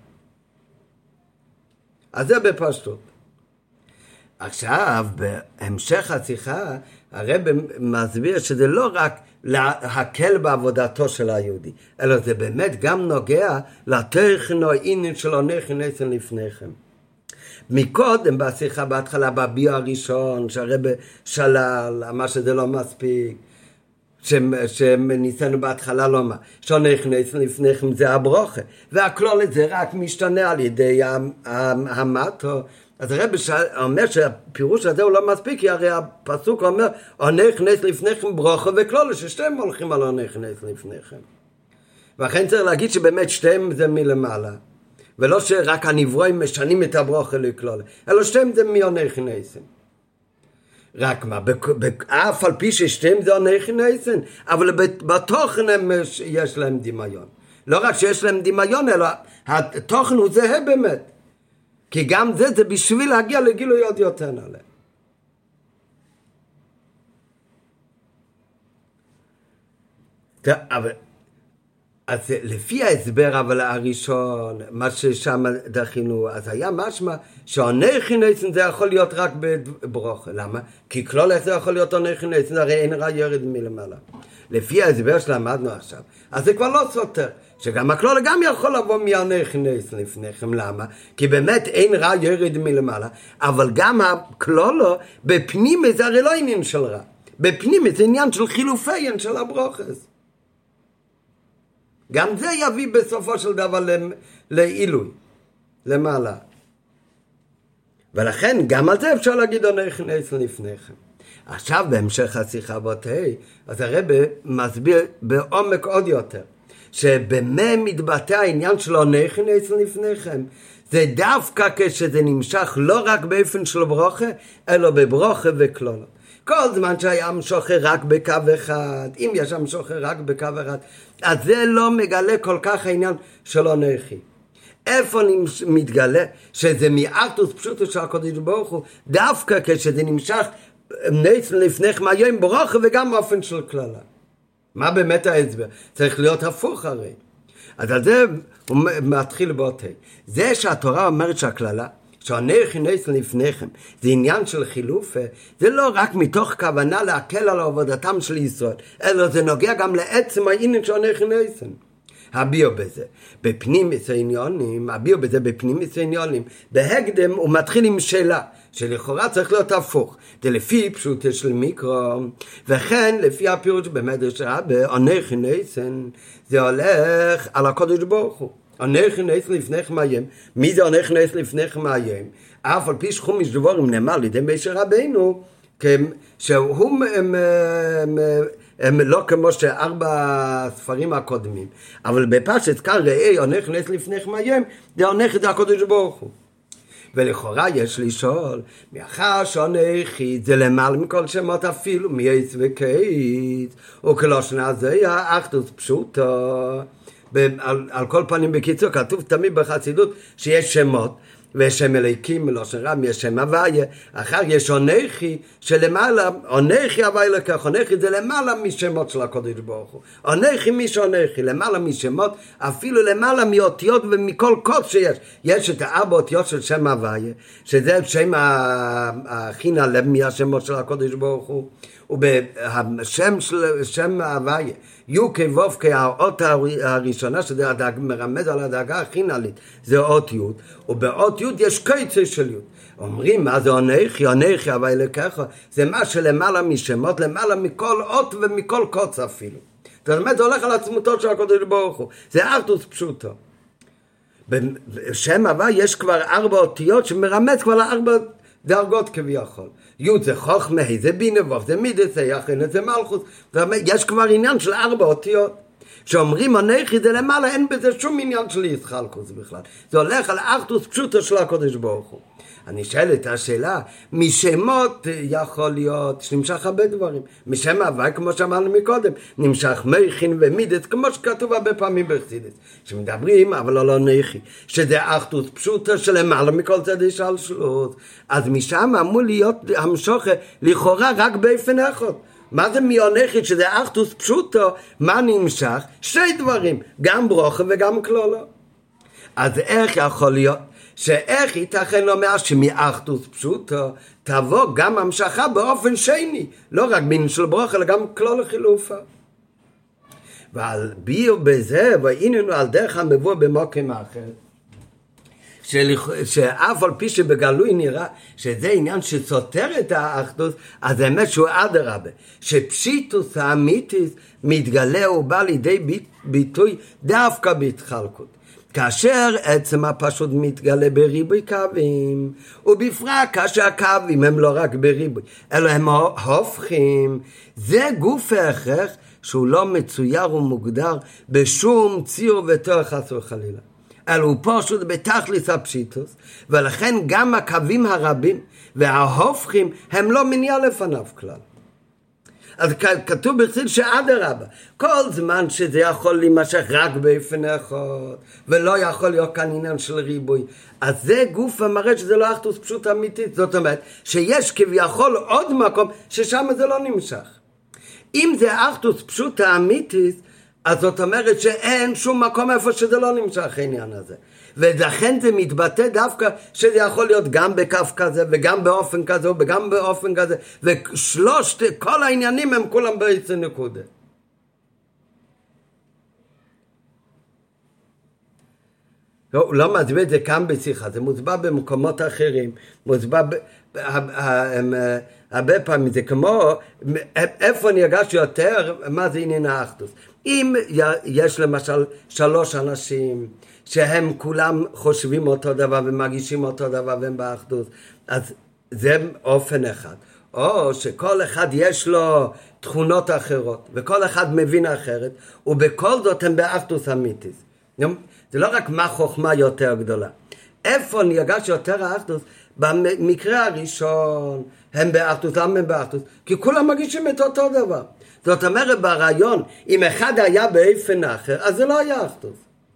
אז זה בפשטות. עכשיו, בהמשך השיחה, הרב מסביר שזה לא רק להקל בעבודתו של היהודי, אלא זה באמת גם נוגע לתוכן או העניין של הונך נס לפניכם. מקודם בשיחה בהתחלה, בביו הראשון, שהרב שלל, אמר שזה לא מספיק, שניסינו בהתחלה לומר, שהונך נס לפניכם זה הברוכה, והכלול זה רק משתנה על ידי המטו. אז הרב אומר שהפירוש הזה הוא לא מספיק, כי הרי הפסוק אומר, הונך נס לפניכם ברוכה וכלול, ששתיהם הולכים על הונך נס לפניכם. ואכן צריך להגיד שבאמת שתיהם זה מלמעלה, ולא שרק הנברואים משנים את הברוכה לכלול, אלא שתיהם זה מהונך נסן. רק מה, אף על פי ששתיהם זה הונך נסן, אבל בתוכן יש להם דמיון. לא רק שיש להם דמיון, אלא התוכן הוא זהה באמת. כי גם זה זה בשביל להגיע לגילוי עוד יותר נעלה. אבל אז לפי ההסבר אבל הראשון, מה ששם דחינו, אז היה משמע שהעונך נסן זה יכול להיות רק בברוכה. למה? כי כלול זה יכול להיות עונך נסן, הרי אין רע ירד מלמעלה. לפי ההסבר שלמדנו עכשיו, אז זה כבר לא סותר, שגם הכלול גם יכול לבוא מעונך נסן לפניכם. למה? כי באמת אין רע ירד מלמעלה, אבל גם הכלול בפנים זה הרי לא עניין של רע. בפנים זה עניין של חילופי של הברוכס. גם זה יביא בסופו של דבר לעילוי, למעלה. ולכן גם על זה אפשר להגיד עונך נסן לפניכם. עכשיו בהמשך השיחה בוטי, אז הרב מסביר בעומק עוד יותר, שבמה מתבטא העניין של עונך נסן לפניכם, זה דווקא כשזה נמשך לא רק באופן של ברוכה, אלא בברוכה וכלולה. כל זמן שהיה משוחר רק בקו אחד, אם יש משוחר רק בקו אחד, אז זה לא מגלה כל כך העניין של עונכי. איפה מתגלה שזה מארתוס פשוטו של הקדוש ברוך הוא, דווקא כשזה נמשך נסן לפניכם היום ברוכה וגם אופן של כללה. מה באמת ההסבר? צריך להיות הפוך הרי. אז על זה הוא מתחיל באותי. זה שהתורה אומרת שהכללה, שעונך נסן לפניכם, זה עניין של חילוף, זה לא רק מתוך כוונה להקל על עבודתם של ישראל, אלא זה נוגע גם לעצם העניין שעונך נסן. הביאו בזה, בפנים עניונים, הביאו בזה בפנים עניונים, בהקדם הוא מתחיל עם שאלה, שלכאורה צריך להיות הפוך, זה לפי פשוט של מיקרו, וכן לפי הפירוש במדרש רבה, עונך נסן, זה הולך על הקדוש ברוך הוא. עונך נסן לפניכם היום. מי זה עונך נסן לפניכם היום? אף על פי שחומש דבורים נאמר לידי משה רבינו, שהוא הם, הם, הם לא כמו שארבע ספרים הקודמים, אבל בפשט כאן ראי עונך נסן לפניכם היום, זה עונך זה הקדוש ברוך הוא. ולכאורה יש לשאול, מאחר שעונכי זה למעלה מכל שמות אפילו, מייס וקייס, וכלושנה זה האחדות פשוטו. על, על כל פנים בקיצור כתוב תמיד בחסידות שיש שמות, ויש שם אליקים מלושן רם, יש שם הוויה, אחר יש עונכי שלמעלה, עונכי הוויה לכך, עונכי זה למעלה משמות של הקודש ברוך הוא, עונכי מי שעונכי, למעלה משמות, אפילו למעלה מאותיות ומכל קוד שיש, יש את הארבע אותיות של שם הוויה, שזה שם הכי נעלה מהשמות של הקודש ברוך הוא, ובשם של שם הוויה, יוקי וובקי, האות הראשונה, שזה הדאג, מרמז על הדאגה הכי נעלית, זה אות י', ובאות י' יש קצה של י'. אומרים, מה זה עונכי? עונכי, אבל לככה, זה מה שלמעלה משמות, למעלה מכל אות ומכל קוץ אפילו. זאת אומרת, זה הולך על עצמותו של הקדוש ברוך הוא. זה ארתוס פשוטו. בשם הווה יש כבר ארבע אותיות שמרמז כבר לארבע דרגות כביכול. י' זה חוכמה, זה בינה ו' זה מידס, זה יחין, זה מלכות. יש כבר עניין של ארבע אותיות. שאומרים עונכי זה למעלה, אין בזה שום עניין של ישחלקוס בכלל. זה הולך על ארתוס פשוטו של הקדוש ברוך הוא. אני שואל את השאלה, משמות יכול להיות שנמשך הרבה דברים. משם הווה, כמו שאמרנו מקודם, נמשך מייכין ומידס, כמו שכתוב הרבה פעמים בחסידות. שמדברים, אבל לא עונכי, שזה ארתוס פשוטו שלמעלה מכל צד שלשלות. אז משם אמור להיות המשוכה לכאורה רק באופן אחד. מה זה מעונכי שזה ארתוס פשוטו? מה נמשך? שתי דברים, גם ברוכה וגם כלולה. אז איך יכול להיות? שאיך ייתכן לומר שמאחדות פשוטו תבוא גם המשכה באופן שני, לא רק בין של ברוכה אלא גם כלולה חילופה. ועל ביו בזה והנה על דרך המבוא במוקם אחר, שאף על פי שבגלוי נראה שזה עניין שסותר את האחדות, אז האמת שהוא אדרבה, שפשיטוס האמיתיס מתגלה ובא לידי ביטוי דווקא בהתחלקות. כאשר עצם הפשוט מתגלה בריבוי קווים, ובפרט כאשר הקווים הם לא רק בריבוי, אלא הם הופכים, זה גוף ההכרח שהוא לא מצויר ומוגדר בשום ציר ותור חס וחלילה. אלא הוא פשוט בתכלס הפשיטוס, ולכן גם הקווים הרבים וההופכים הם לא מניע לפניו כלל. אז כתוב בחסיד שאדרבה, כל זמן שזה יכול להימשך רק באופן אחד, ולא יכול להיות כאן עניין של ריבוי, אז זה גוף המראה שזה לא אחדות פשוט אמיתית. זאת אומרת, שיש כביכול עוד מקום ששם זה לא נמשך. אם זה אחדות פשוט אמיתית, אז זאת אומרת שאין שום מקום איפה שזה לא נמשך העניין הזה. ולכן זה מתבטא דווקא שזה יכול להיות גם בקו כזה וגם באופן כזה וגם באופן כזה, ושלושת, כל העניינים הם כולם באיזה נקודה. לא, לא מסביר את זה כאן בשיחה, זה מוסבר במקומות אחרים, מוסבר ב... הרבה פעמים זה כמו איפה נרגש יותר מה זה עניין האחדות. אם יש למשל שלוש אנשים שהם כולם חושבים אותו דבר ומרגישים אותו דבר והם באחדות, אז זה אופן אחד. או שכל אחד יש לו תכונות אחרות וכל אחד מבין אחרת, ובכל זאת הם באחדות אמיתית. זה לא רק מה חוכמה יותר גדולה. איפה נרגש יותר האחדות? במקרה הראשון הם באחדות. למה הם באחדות? כי כולם מרגישים את אותו דבר. זאת אומרת ברעיון, אם אחד היה באופן אחר, אז זה לא היה אחדות.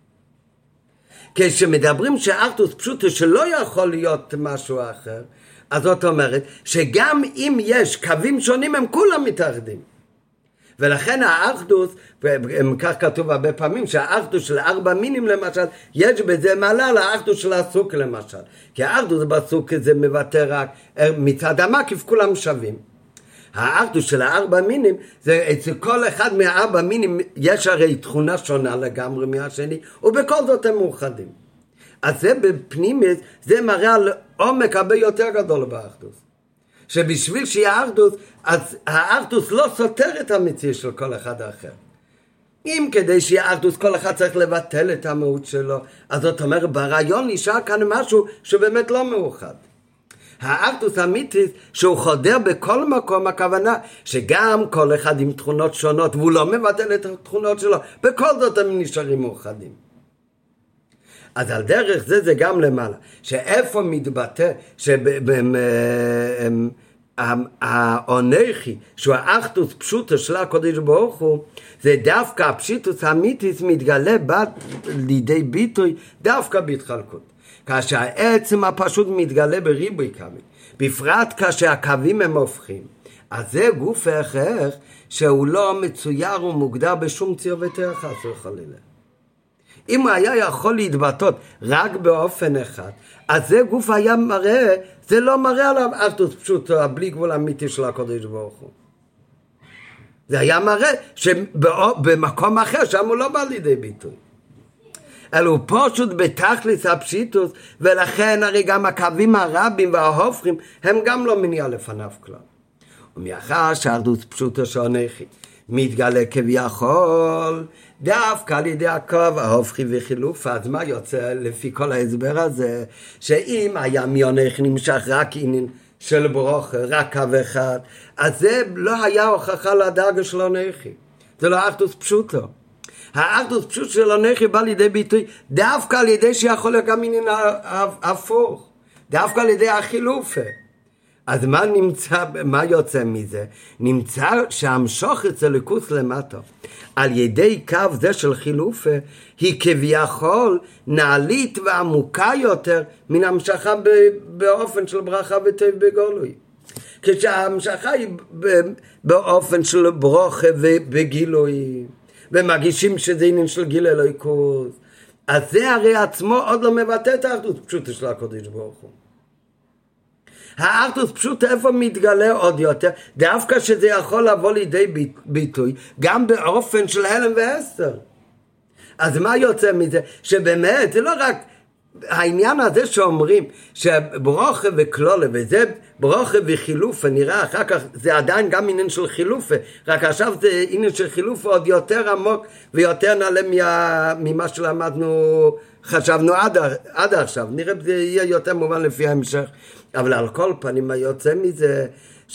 כשמדברים שאחדות פשוט שלא יכול להיות משהו אחר, אז זאת אומרת שגם אם יש קווים שונים הם כולם מתאחדים. ולכן האחדות, וכך כתוב הרבה פעמים, שהאחדות של ארבע מינים למשל, יש בזה מעלה לאחדות של הסוכה למשל. כי האחדות בסוכה זה מבטא רק מצד המקיף כולם שווים. האחדות של הארבע מינים, זה אצל כל אחד מהארבע מינים יש הרי תכונה שונה לגמרי מהשני, ובכל זאת הם מאוחדים. אז זה בפנימית, זה מראה על עומק הרבה יותר גדול באחדות. שבשביל שיהיה אחדות, אז האחדות לא סותר את המציאות של כל אחד האחר. אם כדי שיהיה אחדות כל אחד צריך לבטל את המהות שלו, אז זאת אומרת, ברעיון נשאר כאן משהו שבאמת לא מאוחד. האחדות האמיתית שהוא חודר בכל מקום, הכוונה שגם כל אחד עם תכונות שונות, והוא לא מבטל את התכונות שלו, בכל זאת הם נשארים מאוחדים. אז על דרך זה זה גם למעלה, שאיפה מתבטא שהאונכי, שהוא האחדות פשוטה של הקדוש ברוך הוא, זה דווקא הפשיטות האמיתית מתגלה בת לידי ביטוי דווקא בהתחלקות. כאשר העצם הפשוט מתגלה בריבוי קווים, בפרט כאשר הקווים הם הופכים, אז זה גוף ההכרח שהוא לא מצויר ומוגדר בשום ציר ותר חס וחלילה. אם הוא היה יכול להתבטאות רק באופן אחד, אז זה גוף היה מראה, זה לא מראה עליו אחדות פשוטה, בלי גבול אמיתי של הקדוש ברוך הוא. זה היה מראה שבמקום אחר שם הוא לא בא לידי ביטוי. אלא הוא פשוט בתכלס הפשיטוס, ולכן הרי גם הקווים הרבים וההופכים הם גם לא מניע לפניו כלל. ומאחר שהאחדות פשוטה שאונכי מתגלה כביכול דווקא על ידי הקו ההופכי וחילוף, אז מה יוצא לפי כל ההסבר הזה? שאם היה מיונך נמשך רק עניין של ברוך, רק קו אחד, אז זה לא היה הוכחה לדאגה של אונכי. זה לא אחדות פשוטו. האחדות פשוט של אונכי בא לידי ביטוי דווקא על ידי שיכול להיות גם עניין הפוך, דווקא על ידי החילופה. אז מה נמצא, מה יוצא מזה? נמצא שהמשוך אצל ליכוס למטה על ידי קו זה של חילופה היא כביכול נעלית ועמוקה יותר מן המשכה באופן של ברכה וטוב בגולוי. כשהמשכה היא באופן של ברכה ובגילוי ומגישים שזה עניין של גיל אלוהיקוס, אז זה הרי עצמו עוד לא מבטא את האחדות פשוטה של הקדוש ברוך הוא. האחדות פשוט איפה מתגלה עוד יותר, דווקא שזה יכול לבוא לידי ביטוי גם באופן של הלם והסתר. אז מה יוצא מזה? שבאמת זה לא רק העניין הזה שאומרים שברוכה וכלולה, וזה ברוכה וחילופה, נראה אחר כך זה עדיין גם עניין של חילופה, רק עכשיו זה עניין של חילופה עוד יותר עמוק ויותר נעלה ממה שלמדנו, חשבנו עד, עד עכשיו. נראה זה יהיה יותר מובן לפי ההמשך. אבל על כל פנים מה יוצא מזה,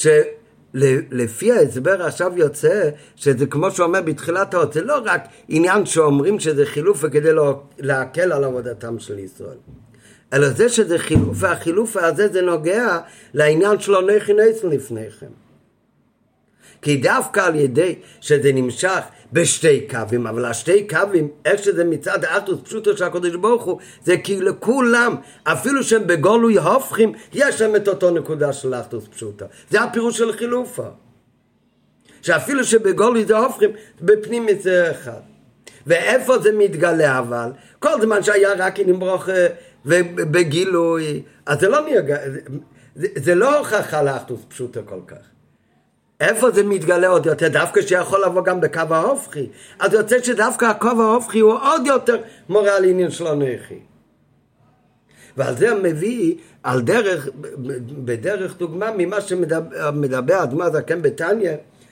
שלפי ההסבר עכשיו יוצא, שזה כמו שאומר בתחילת האות, זה לא רק עניין שאומרים שזה חילוף וכדי לא להקל על עבודתם של ישראל. אלא זה שזה חילוף, והחילוף הזה זה נוגע לעניין של אונכי נסן לפניכם. כי דווקא על ידי שזה נמשך בשתי קווים, אבל השתי קווים, איך שזה מצד האחדות פשוטו של הקדוש ברוך הוא, זה כי לכולם, אפילו שהם בגולוי הופכים, יש להם את אותו נקודה של האחדות פשוטו. זה הפירוש של חילופה. שאפילו שבגולוי זה הופכים, בפנים זה אחד. ואיפה זה מתגלה אבל? כל זמן שהיה רק נמרוך ובגילוי, אז זה לא נהיה, זה, זה לא הוכחה לאחדות פשוטו כל כך. איפה זה מתגלה עוד יותר? דווקא שיכול לבוא גם בקו ההופכי. אז יוצא שדווקא הקו ההופכי הוא עוד יותר מורה על עניין של הנכי. ועל זה מביא על דרך, בדרך דוגמה ממה שמדבר אדמו"ר הזקן בתניא,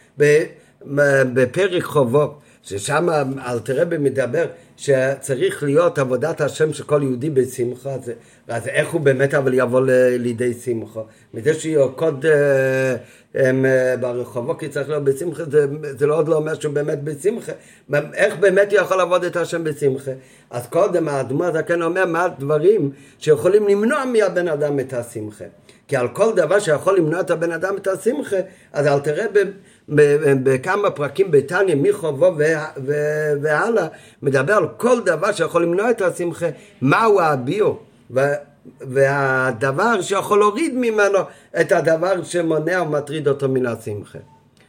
בפרק חובות, ששם אלתר רבי מדבר שצריך להיות עבודת השם של כל יהודי בשמחה. אז, אז איך הוא באמת אבל יבוא לידי שמחה? מזה שיוקוד ברחובו כי צריך להיות בשמחה, זה, זה לא עוד לא אומר שהוא באמת בשמחה. איך באמת הוא יכול לעבוד את השם בשמחה? אז קודם האדמו"ר הזקן אומר מה הדברים שיכולים למנוע מהבן אדם את השמחה. כי על כל דבר שיכול למנוע את הבן אדם את השמחה, אז אלתר רבי בכמה פרקים בתניא מחובו והלאה מדבר על כל דבר שיכול למנוע את השמחה, מהו הביו והדבר שיכול להוריד ממנו את הדבר שמונע ומטריד אותו מן השמחה.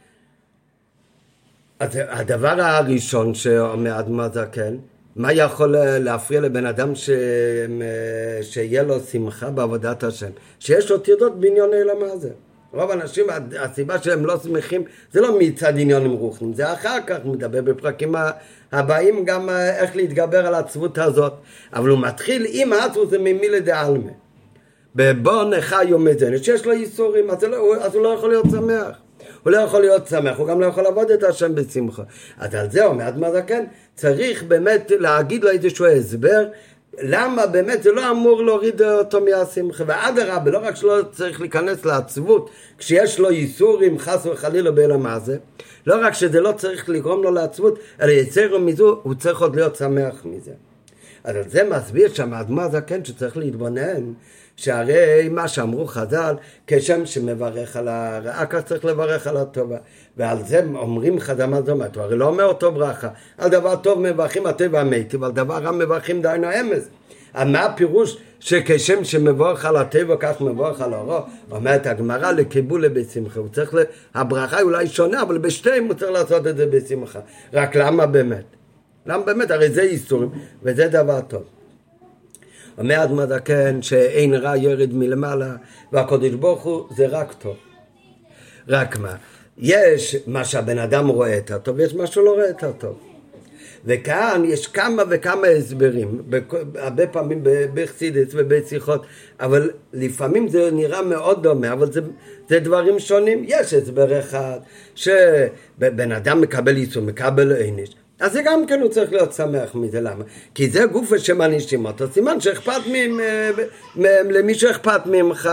אז הדבר הראשון שאומר אדמו"ר הזקן, מה יכול להפריע לבן אדם ש... שיהיה לו שמחה בעבודת השם? שיש לו תיעדות בעניין העולם הזה. רוב האנשים, הסיבה שהם לא שמחים, זה לא מצד עניונים רוחניים, זה אחר כך מדבר בפרקים הבאים גם איך להתגבר על העצבות הזאת. אבל הוא מתחיל עם העצבות זה ממילי דעלמא. בבוא נחי ומזונת, שיש לו ייסורים, אז, לא, אז הוא לא יכול להיות שמח. הוא לא יכול להיות שמח, הוא גם לא יכול לעבוד את השם בשמחה. אז על זה אומר אדמו"ר הזקן, צריך באמת להגיד לו איזשהו הסבר, למה באמת זה לא אמור להוריד אותו מהשמחה. ואדרבה, לא רק שלא צריך להיכנס לעצבות, כשיש לו ייסורים חס וחלילה בעולם הזה, לא רק שזה לא צריך לגרום לו לעצבות, אלא יצר מזו, הוא צריך עוד להיות שמח מזה. אז על זה מסביר שם אדמו"ר הזקן שצריך להתבונן, שהרי מה שאמרו חז"ל, כשם שמברך על הרעה, כך צריך לברך על הטובה. ועל זה אומרים חז"ל מה זאת אומרת, הוא הרי לא אומר אותו ברכה, על דבר טוב מברכים הטבע המתי, ועל דבר רע מברכים דהיינו אמס. מה הפירוש שכשם שמברך על הטבע, כך מברך על הרע? אומרת הגמרא לקיבולה בשמחה, הוא צריך, הברכה היא אולי שונה, אבל בשתיים הוא צריך לעשות את זה בשמחה. רק למה באמת? למה באמת? הרי זה איסורים, וזה דבר טוב. אומר אדמו"ר הזקן שאין רע ירד מלמעלה, והקדוש ברוך הוא זה רק טוב. רק מה? יש מה שהבן אדם רואה את הטוב, ויש מה שהוא לא רואה את הטוב. וכאן יש כמה וכמה הסברים, הרבה פעמים בחסידות ובשיחות, אבל לפעמים זה נראה מאוד דומה, אבל זה, זה דברים שונים. יש הסבר אחד, שבן אדם מקבל ייסור, מקבל עונש. אז זה גם כן הוא צריך להיות שמח מזה. למה? כי זה גוף שמענישים אותו, סימן שאכפת למישהו אכפת ממך.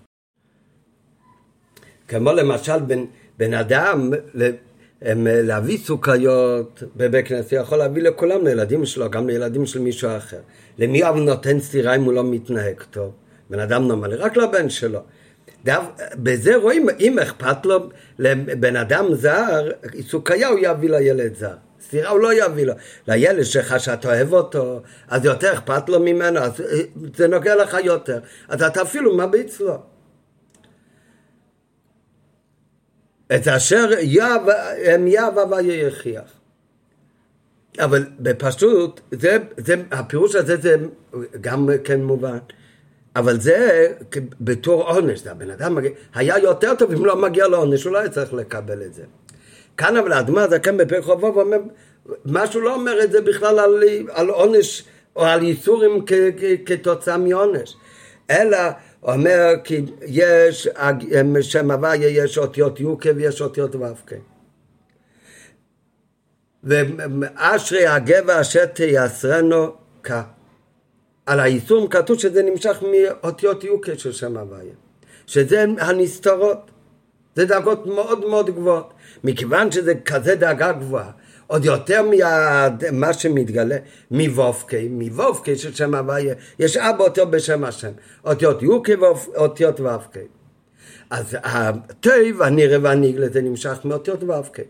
כמו למשל בן, בן אדם להביא סוכריות בבית כנסת, יכול להביא לכולם, לילדים שלו, גם לילדים של מישהו אחר. למי אבל נותן סתירה אם הוא לא מתנהג טוב? בן אדם נורמלי, רק לבן שלו. דו, בזה רואים, אם אכפת לו לבן אדם זר, סוכריה הוא יביא לילד זר. סתירה הוא לא יביא לו. לילד שלך שאתה אוהב אותו, אז יותר אכפת לו ממנו, אז זה נוגע לך יותר. אז אתה אפילו מביץ לו. את אשר הם יאהב ויכריח. אבל בפשוט, זה, זה, הפירוש הזה זה גם כן מובן. אבל זה בתור עונש, זה הבן אדם מגיע, היה יותר טוב אם לא מגיע לעונש, הוא לא צריך לקבל את זה. כאן אבל האדמו"ר הזקן בפרק חובות ואומר, משהו לא אומר את זה בכלל על, על עונש או על ייסורים כ, כ, כתוצאה מעונש, אלא אומר כי יש שם הוויה, יש אותיות יוקה ויש אותיות ו"ק. ואשרי הגבע אשר תייסרנו כה. על הייסורים כתוב שזה נמשך מאותיות יוקה של שם הוויה, שזה הנסתרות, זה דאגות מאוד מאוד גבוהות. מכיוון שזה כזה דאגה גבוהה, עוד יותר ממה שמתגלה, מבובקי, מבובקי של שם הוויה, יש ארבע אותיות בשם השם, אותיות יוקי ואותיות וובקי. אז הטוב, הנראה והנגלה זה נמשך מאותיות ו"ק.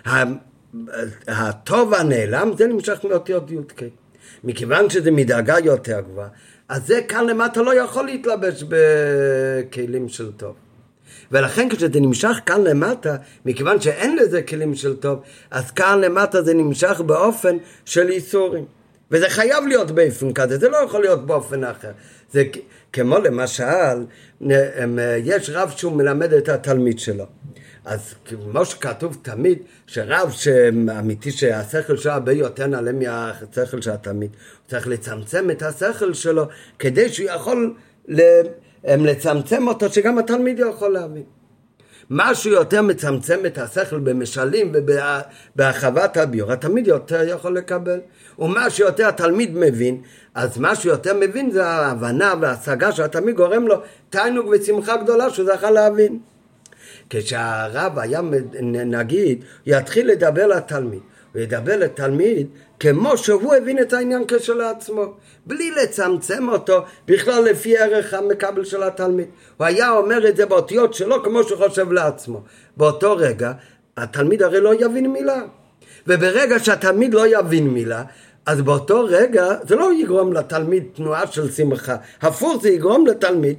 הטוב הנעלם זה נמשך מאותיות י"ק. מכיוון שזה מדרגה יותר גבוהה, אז זה כאן למטה לא יכול להתלבש בכלים של טוב. ולכן כשזה נמשך כאן למטה, מכיוון שאין לזה כלים של טוב, אז כאן למטה זה נמשך באופן של איסורים. וזה חייב להיות באופן כזה, זה לא יכול להיות באופן אחר. זה כמו למשל, יש רב שהוא מלמד את התלמיד שלו. אז כמו שכתוב תמיד, שרב שאמיתי שהשכל שלו הרבה יותר נעלה מהשכל של התלמיד, הוא צריך לצמצם את השכל שלו, כדי שהוא יכול לצמצם אותו, שגם התלמיד יכול להבין. משהו יותר מצמצם את השכל במשלים ובהרחבת הביור, התלמיד יותר יכול לקבל. ומשהו יותר התלמיד מבין, אז משהו יותר מבין זה ההבנה וההשגה שהתלמיד גורם לו תענוג ושמחה גדולה שהוא זכה להבין. כשהרב היה נגיד, יתחיל לדבר לתלמיד, הוא ידבר לתלמיד כמו שהוא הבין את העניין כשלעצמו, בלי לצמצם אותו בכלל לפי ערך המקבל של התלמיד. הוא היה אומר את זה באותיות שלו כמו שהוא חושב לעצמו. באותו רגע התלמיד הרי לא יבין מילה, וברגע שהתלמיד לא יבין מילה, אז באותו רגע זה לא יגרום לתלמיד תנועה של שמחה, הפוך זה יגרום לתלמיד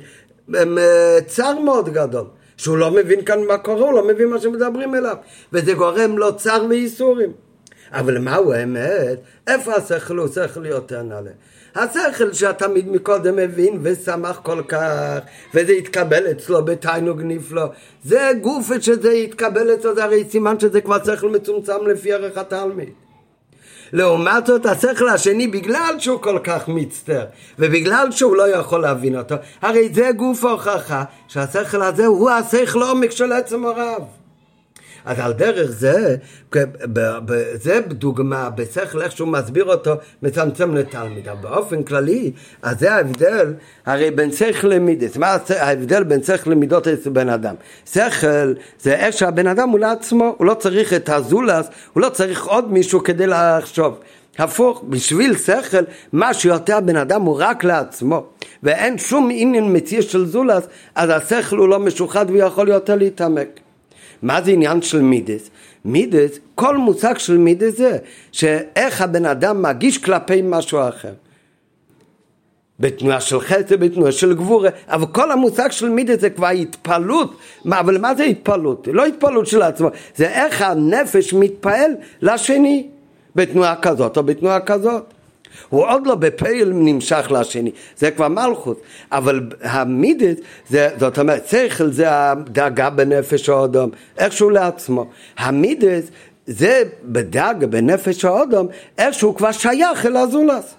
צער מאוד גדול, שהוא לא מבין כאן מה קורה, הוא לא מבין מה שמדברים אליו, וזה גורם לו צער וייסורים. אבל מהו האמת? איפה השכל הוא שכל יותר נעלה? השכל שהתלמיד מקודם מבין ושמח כל כך, וזה יתקבל אצלו בתענוג נפלא, זה גוף שזה יתקבל אצלו, זה הרי סימן שזה כבר שכל מצומצם לפי ערך התלמיד. לעומת זאת השכל השני, בגלל שהוא כל כך מצטער ובגלל שהוא לא יכול להבין אותו, הרי זה גוף ההוכחה שהשכל הזה הוא השכל עומק של עצם הרב. אז על דרך זה, זה דוגמה בשכל איך שהוא מסביר אותו, מצמצם לתלמיד. אבל באופן כללי, אז זה ההבדל הרי בין שכל למידות. מה ההבדל בין שכל למידות אצל בן אדם? שכל זה איך שהבן אדם הוא לעצמו, הוא לא צריך את הזולס, הוא לא צריך עוד מישהו כדי לחשוב. הפוך, בשביל שכל, מה שיותר בן אדם הוא רק לעצמו, ואין שום עניין מציע של זולס, אז השכל הוא לא משוחד ויכול יותר להתעמק. מה זה עניין של מידס? מידס, כל מושג של מידס זה שאיך הבן אדם מגיש כלפי משהו אחר. בתנועה של חסד, בתנועה של גבורה, אבל כל המושג של מידס זה כבר התפעלות. מה, אבל מה זה התפעלות? לא התפעלות של עצמו, זה איך הנפש מתפעל לשני, בתנועה כזאת או בתנועה כזאת. הוא עוד לא בפעיל נמשך לשני, זה כבר מלכות, אבל המידס, זה, זאת אומרת, שכל זה הדאגה בנפש האדם, איכשהו לעצמו. המידס זה בדאגה בנפש האדם, איכשהו כבר שייך אל הזולס.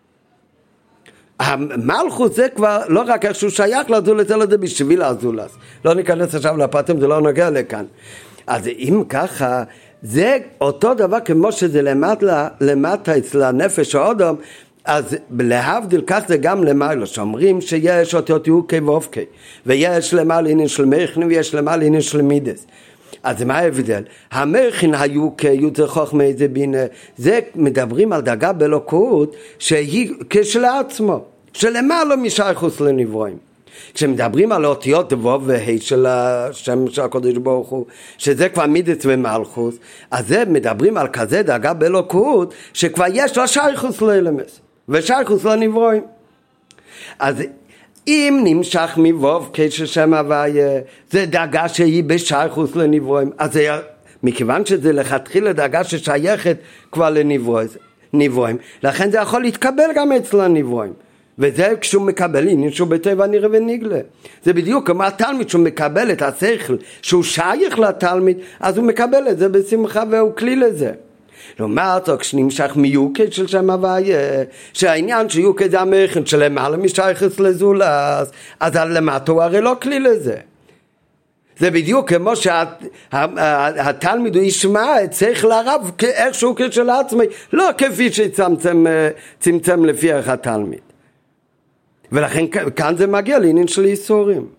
המלכות זה כבר לא רק איכשהו שייך לזולס, אלא זה בשביל הזולס. לא ניכנס עכשיו לפרטים, זה לא נוגע לכאן. אז אם ככה, זה אותו דבר כמו שזה למטה, למטה אצל הנפש האדם, אז להבדיל כך זה גם למעלה, שאומרים שיש אותיות יוקי ואופקי, ויש למעלה עניין של מרחין ויש למעלה עניין של מידס. אז מה ההבדל? המרחין היוקי, יותר חוכמה איזה בינה, זה מדברים על דרגה באלוקות שהיא כשלעצמו, שלמעלה משייכות לנברואים. כשמדברים על אותיות וו והי של השם של הקדוש ברוך הוא, שזה כבר מידס ומלכות, אז זה מדברים על כזה דרגה באלוקות שכבר יש לה שייכות לאלמס ושייכות לנברואים. אז אם נמשך מבוב כששם הוויה, זה דרגה שהיא בשייכות לנברואים, אז זה, מכיוון שזה לכתחילה דרגה ששייכת כבר לנברואים, לכן זה יכול להתקבל גם אצל הנברואים. וזה כשהוא מקבל עניין שהוא בטבע נראה ונגלה. זה בדיוק כמו התלמיד שהוא מקבל את השכל שהוא שייך לתלמיד, אז הוא מקבל את זה בשמחה והוא כלי לזה. לעומת זאת, כשנמשך מיוקד של שם הוויה, שהעניין שיוקד זה המרחין שלמעלה משייכת לזולס, אז למטה הוא הרי לא כלי לזה. זה בדיוק כמו שהתלמיד הוא ישמע את שכל הרב איכשהו כשל עצמי, לא כפי שצמצם לפי ערך התלמיד. ולכן כאן זה מגיע לעניין של איסורים.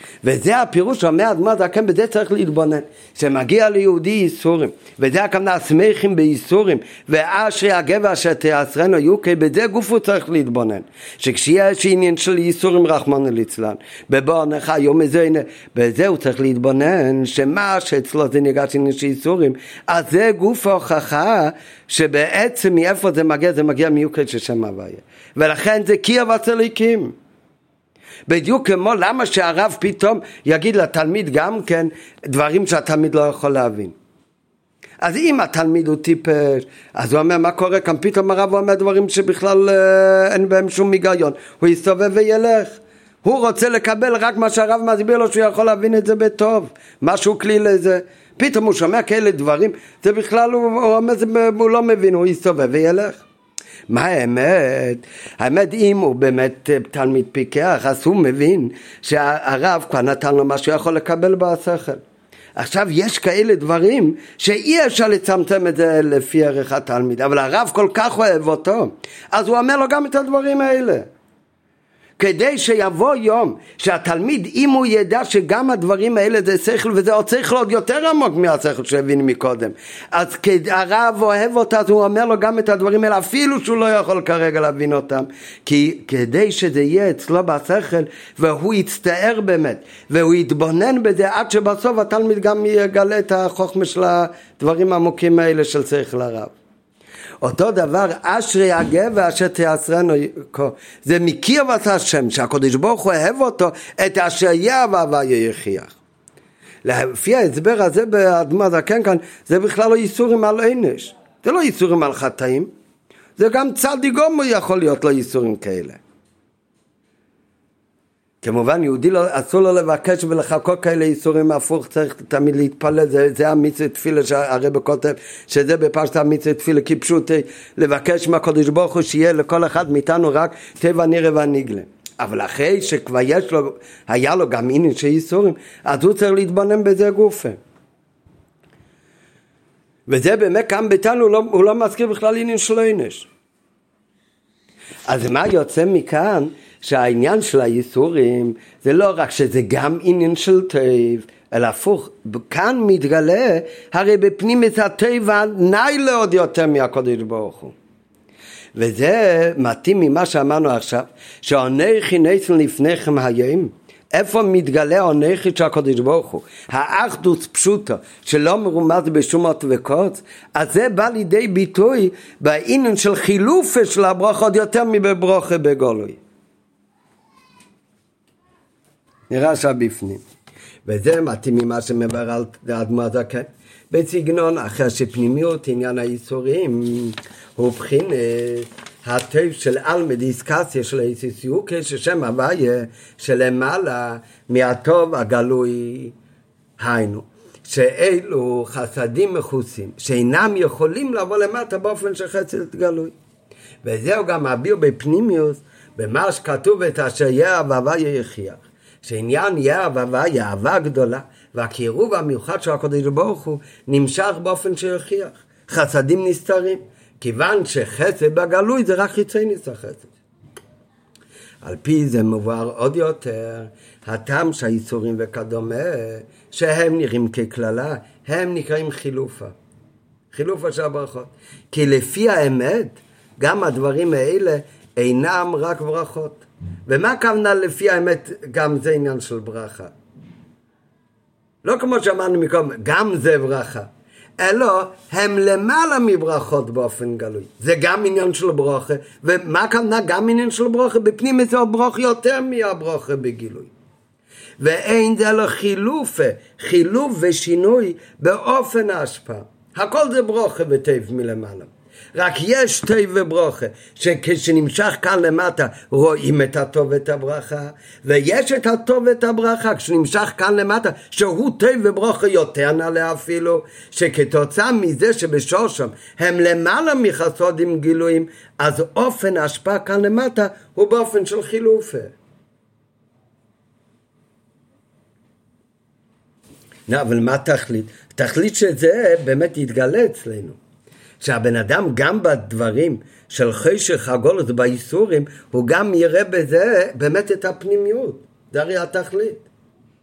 וזה הפירוש שאומר האדמו"ר הזקן, בזה צריך להתבונן, שמגיע ליהודי ייסורים, וזה הכוונה שמחים בייסורים, ואשרי הגבר אשר תעשרנו יוקי, בזה גופו צריך להתבונן, שכשיש עניין של ייסורים רחמנא ליצלן, בבונך יום הזה, בזה הוא צריך להתבונן, שמה שאצלו זה ניגש עניין של ייסורים, אז זה גוף ההוכחה, שבעצם מאיפה זה מגיע, זה מגיע מיוקי של שם הוויה, ולכן זה קיר וצליקים. בדיוק כמו למה שהרב פתאום יגיד לתלמיד גם כן דברים שהתלמיד לא יכול להבין. אז אם התלמיד הוא טיפש, אז הוא אומר מה קורה כאן, פתאום הרב אומר דברים שבכלל אה, אין בהם שום היגיון, הוא יסתובב וילך, הוא רוצה לקבל רק מה שהרב מסביר לו שהוא יכול להבין את זה בטוב, משהו כלי לזה, פתאום הוא שומע כאלה דברים, זה בכלל הוא, הוא, אומר, זה, הוא לא מבין, הוא יסתובב וילך. מה האמת? האמת אם הוא באמת תלמיד פיקח, אז הוא מבין שהרב כבר נתן לו מה שהוא יכול לקבל בשכל. עכשיו יש כאלה דברים שאי אפשר לצמצם את זה לפי ערך התלמיד, אבל הרב כל כך אוהב אותו, אז הוא אומר לו גם את הדברים האלה. כדי שיבוא יום שהתלמיד, אם הוא ידע שגם הדברים האלה זה שכל, וזה עוד שכל עוד יותר עמוק מהשכל שהבין מקודם, אז הרב אוהב אותה, אז הוא אומר לו גם את הדברים האלה, אפילו שהוא לא יכול כרגע להבין אותם, כי כדי שזה יהיה אצלו בשכל, והוא יצטער באמת, והוא יתבונן בזה, עד שבסוף התלמיד גם יגלה את החוכמה של הדברים העמוקים האלה של שכל הרב. אותו דבר, אשרי הגבר אשר תעשרנו, זה מכיר ואת השם, שהקדוש ברוך הוא אוהב אותו, את אשר יהיה והוויה יחייך. לפי ההסבר הזה באדמו"ר הזקן כאן, זה בכלל לא ייסורים על עונש, זה לא ייסורים על חטאים, זה גם צדיק גמור יכול להיות לו ייסורים כאלה. כמובן יהודי לא, אסור לו לבקש ולחכות כאלה איסורים, הפוך צריך תמיד להתפלל, זה, זה המצוות תפילה שהרב כותב, שזה בפשט המצוות תפילה כפשוט לבקש מהקדוש ברוך הוא שיהיה לכל אחד מאיתנו רק טבע נראה ונגלה. אבל אחרי שכבר יש לו, היה לו גם עניין של איסורים, אז הוא צריך להתבונן בזה גופה. וזה באמת כאן ביתנו, הוא לא, הוא לא מזכיר בכלל עניין של עונש. אז מה יוצא מכאן? שהעניין של הייסורים זה לא רק שזה גם עניין של טוב, אלא הפוך, כאן מתגלה, הרי בפנים את הטבע נעלה עוד יותר מהקדוש ברוך הוא. וזה מתאים ממה שאמרנו עכשיו, שאנכי נעשה לפניכם היום, איפה מתגלה אנכי של הקדוש ברוך הוא? האחדות פשוטה, שלא מרומז בשום אות וקוץ, אז זה בא לידי ביטוי בעניין של חילוף של הברכה עוד יותר מבברכה בגולוי. נראה שם בפנים. וזה מתאים ממה שמבר על האדמו"ר הזקן. בסגנון אחר שפנימיות עניין הייסורים הוא בחינת הטוב של אלמא דיסקסיה של היסיסיוקה, ששם הוויה שלמעלה מהטוב הגלוי, היינו שאלו חסדים מחוסים שאינם יכולים לבוא למטה באופן של חסד גלוי. וזהו גם מביא בפנימיות במה שכתוב את אשר יהיה והוויה יחייך, שעניין יהיה והוויה אהבה גדולה והקירוב המיוחד של הקדוש ברוך הוא נמשך באופן שיחייך. חסדים נסתרים, כיוון שחסד בגלוי זה רק חיצי נסתר חסד. על פי זה מבואר עוד יותר הטעם שהאיסורים וכדומה שהם נראים ככללה, הם נקראים חילופה, חילופה של הברכות. כי לפי האמת גם הדברים האלה אינם רק ברכות. ומה הכוונה לפי האמת גם זה עניין של ברכה? לא כמו שאמרנו מקודם, גם זה ברכה, אלא הם למעלה מברכות באופן גלוי. זה גם עניין של ברכה. ומה הכוונה גם עניין של ברכה? בפנים זה ברכה יותר מהברכה בגילוי. ואין זה לא חילוף, חילוף ושינוי באופן ההשפעה. הכל זה ברכה וטוב מלמעלה. רק יש טוב וברכה, שכשנמשך כאן למטה רואים את הטוב ואת הברכה, ויש את הטוב ואת הברכה כשנמשך כאן למטה שהוא טוב וברכה יותר נעלה אפילו, שכתוצאה מזה שבשורשם הם למעלה מחסודים גילויים, אז אופן ההשפעה כאן למטה הוא באופן של חילופה. לא, אבל מה תכלית? תכלית שזה באמת יתגלה אצלנו. שהבן אדם גם בדברים של חשך הגולת באיסורים, הוא גם יראה בזה באמת את הפנימיות. זה הרי התכלית.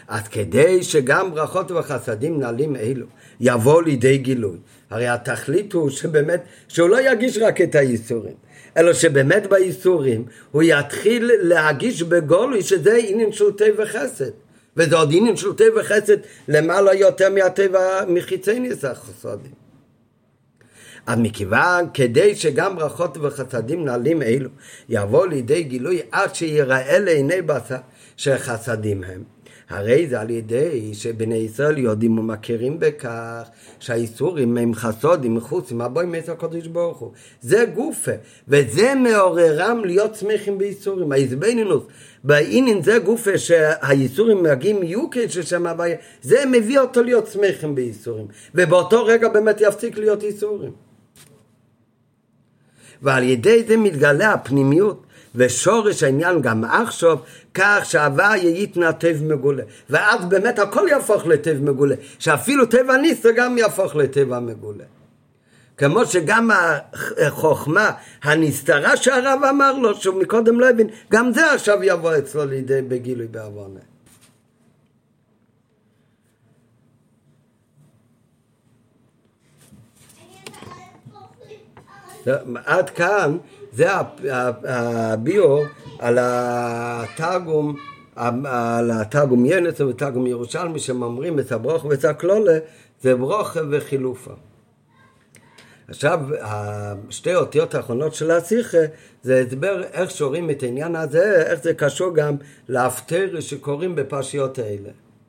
אז כדי שגם ברכות וחסדים נעלים אלו יבוא לידי גילוי, הרי התכלית הוא שבאמת, שהוא לא יגיש רק את הייסורים, אלא שבאמת בייסורים הוא יתחיל להגיש בגולוי שזה עניין של טבע וחסד, וזה עוד עניין של טבע וחסד למעלה יותר מהטבע מחיצייניס החסדים. אז מכיוון כדי שגם ברכות וחסדים נעלים אלו יבוא לידי גילוי עד שיראה לעיני בשר שחסדים הם, הרי זה על ידי שבני ישראל יודעים ומכירים בכך שהאיסורים הם חסודים מחוצים הבוי מאת הקדוש ברוך הוא, זה גופה, וזה מעוררם להיות שמחים באיסורים. ההזבנינוס בעניין זה גופה שהאיסורים מגיעים יוקד ששם הבעיה, זה מביא אותו להיות שמחים באיסורים, ובאותו רגע באמת יפסיק להיות איסורים. ועל ידי זה מתגלה הפנימיות ושורש העניין גם עכשיו, כך שההוויה יתנתב מגולה, ואז באמת הכל יהפוך לטב מגולה, שאפילו טבע ניסה גם יהפוך לטבע מגולה, כמו שגם החוכמה הנסתרה שהרב אמר לו שהוא מקודם לא הבין, גם זה עכשיו יבוא אצלו לידי בגילוי בעוונה. עד כאן זה הביור על התרגום, על התרגום ינס ותרגום ירושלמי שמאמרים את הברוך ואת הכלולה, זה ברוך וחילופה. עכשיו, שתי אותיות האחרונות של השיחה, זה הסבר איך שורים את העניין הזה, איך זה קשור גם להפטר שקוראים בפרשיות האלה.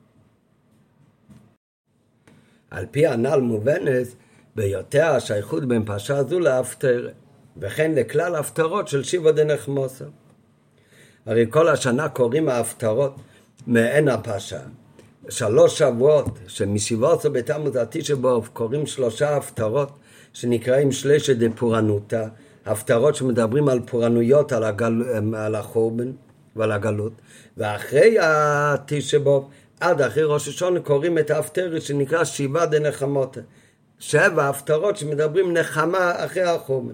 על פי הנ"ל מובנת, ביותר השייכות בין פרשה זו להפטר, וכן לכלל ההפטרות של שיבא דנחמוסה. הרי כל השנה קוראים ההפטרות מעין הפרשה. שלוש שבועות שמשיבוסו בתמוז התשעה באב קוראים שלושה הפטרות שנקראים שלשת דפורענותא, הפטרות שמדברים על פורענויות, על, הגל... על החורבן ועל הגלות, ואחרי התשעה באב עד אחרי ראש השונה קוראים את ההפטר שנקרא שיבא דנחמותא, שבע הפטרות שמדברים נחמה אחרי החורבן.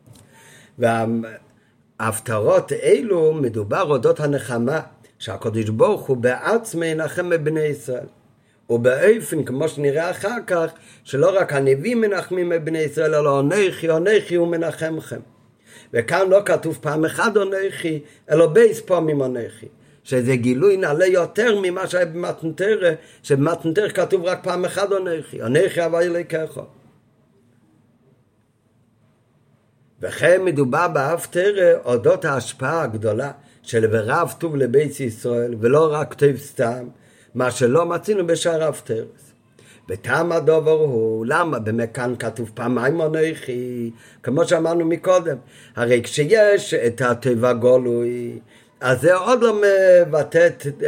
וההפטרות אלו מדובר אודות הנחמה שהקדוש ברוך הוא בעצמו ינחם בבני ישראל, ובאופן כמו שנראה אחר כך שלא רק הנביאים מנחמים בבני ישראל, אלא אנכי אנכי הוא מנחמכם. וכאן לא כתוב פעם אחד אנכי, אלא בייס פעמים אנכי, שזה גילוי נעלה יותר ממה שהיה במתנתר, שבמתנתר כתוב רק פעם אחד אנכי, אנכי הווי אלוהיכך. וכן מדובר בהפטר אודות ההשפעה הגדולה של ורב טוב לבית ישראל, ולא רק טוב סתם, מה שלא מצינו בשאר ההפטרס. וטעם הדבר הוא, למה באמת כאן כתוב פעמיים אנכי, כמו שאמרנו מקודם, הרי כשיש את הטבע גולוי, אז זה עוד לא מבטא את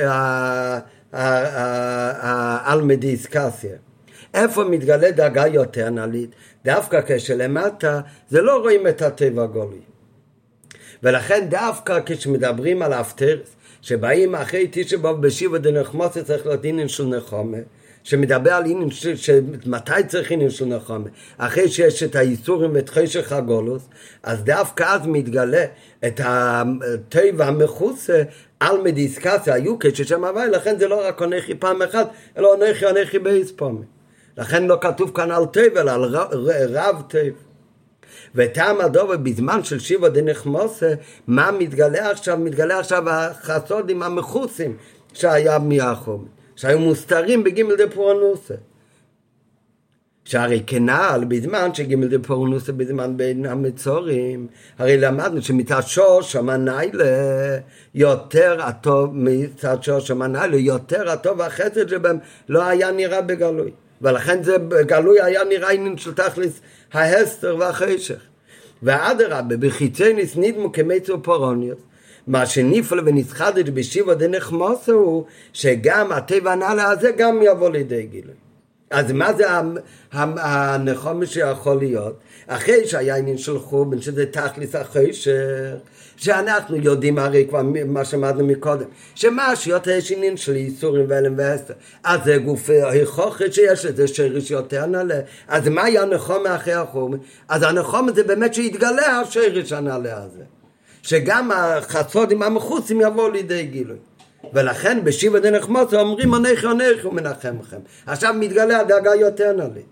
האלמדיסקסיה. איפה מתגלה דרגה יותר נעלית? דווקא כשלמטה זה לא רואים את הטבע גולוי. ולכן דווקא כשמדברים על ההפטרס, שבאים אחרי תשעה באב בשיבא דנחמוסה צריך להיות עניין של נחמה, שמדבר על עניין של, שמתי צריך עניין של נחמה, אחרי שיש את האיסורים ואת חשך הגולוס, אז דווקא אז מתגלה את הטבע המחוסה על מדיסקסיה, היו כששם הווי, לכן זה לא רק אנכי פעם אחת, אלא אנכי אנכי בייס פעמים. לכן לא כתוב כאן על טבע, אלא על רב טבע. וטעם הדובר בזמן של שיבא דנחמוסה, מה מתגלה עכשיו? מתגלה עכשיו החסודים המחוסים שהיה מהחורבן, שהיו מוסתרים בגימל דפורענותא. שהרי כנעל בזמן שגימל דפורענותא בזמן בין המצורים, הרי למדנו שמצד שוש המנהילה יותר הטוב, מצד שוש המנהילה יותר הטוב והחסד שבהם לא היה נראה בגלוי. ולכן זה בגלוי היה נראה עניין של תכלס ההסתר והחשך. ואדרבה, בחיצייניס נדמו כמצו פורעניות, מה שנפעל ונסחדש בשיבא דנחמוסה הוא שגם הטבע הנעלה הזה גם יבוא לידי גילוי. אז מה זה הנחמה שיכול להיות? אחרי שהיה עניין של חורבן, שזה תכלס החשך, שאנחנו יודעים הרי כבר מה שמענו מקודם, שמה שיותר יש עניין של איסורים ואלם והסתר, אז זה גוף ההוכחה שיש לזה שרש יותר נעלה. אז מה היה הנחמה אחרי החורבן? אז הנחמה זה באמת שיתגלה השרש הנעלה הזה, שגם החסודים המחוצים יבואו לידי גילוי. ולכן בשיבה דנחמוסו אומרים אנכי אנכי ומנחמכם. עכשיו מתגלה הדאגה יותר נעלית.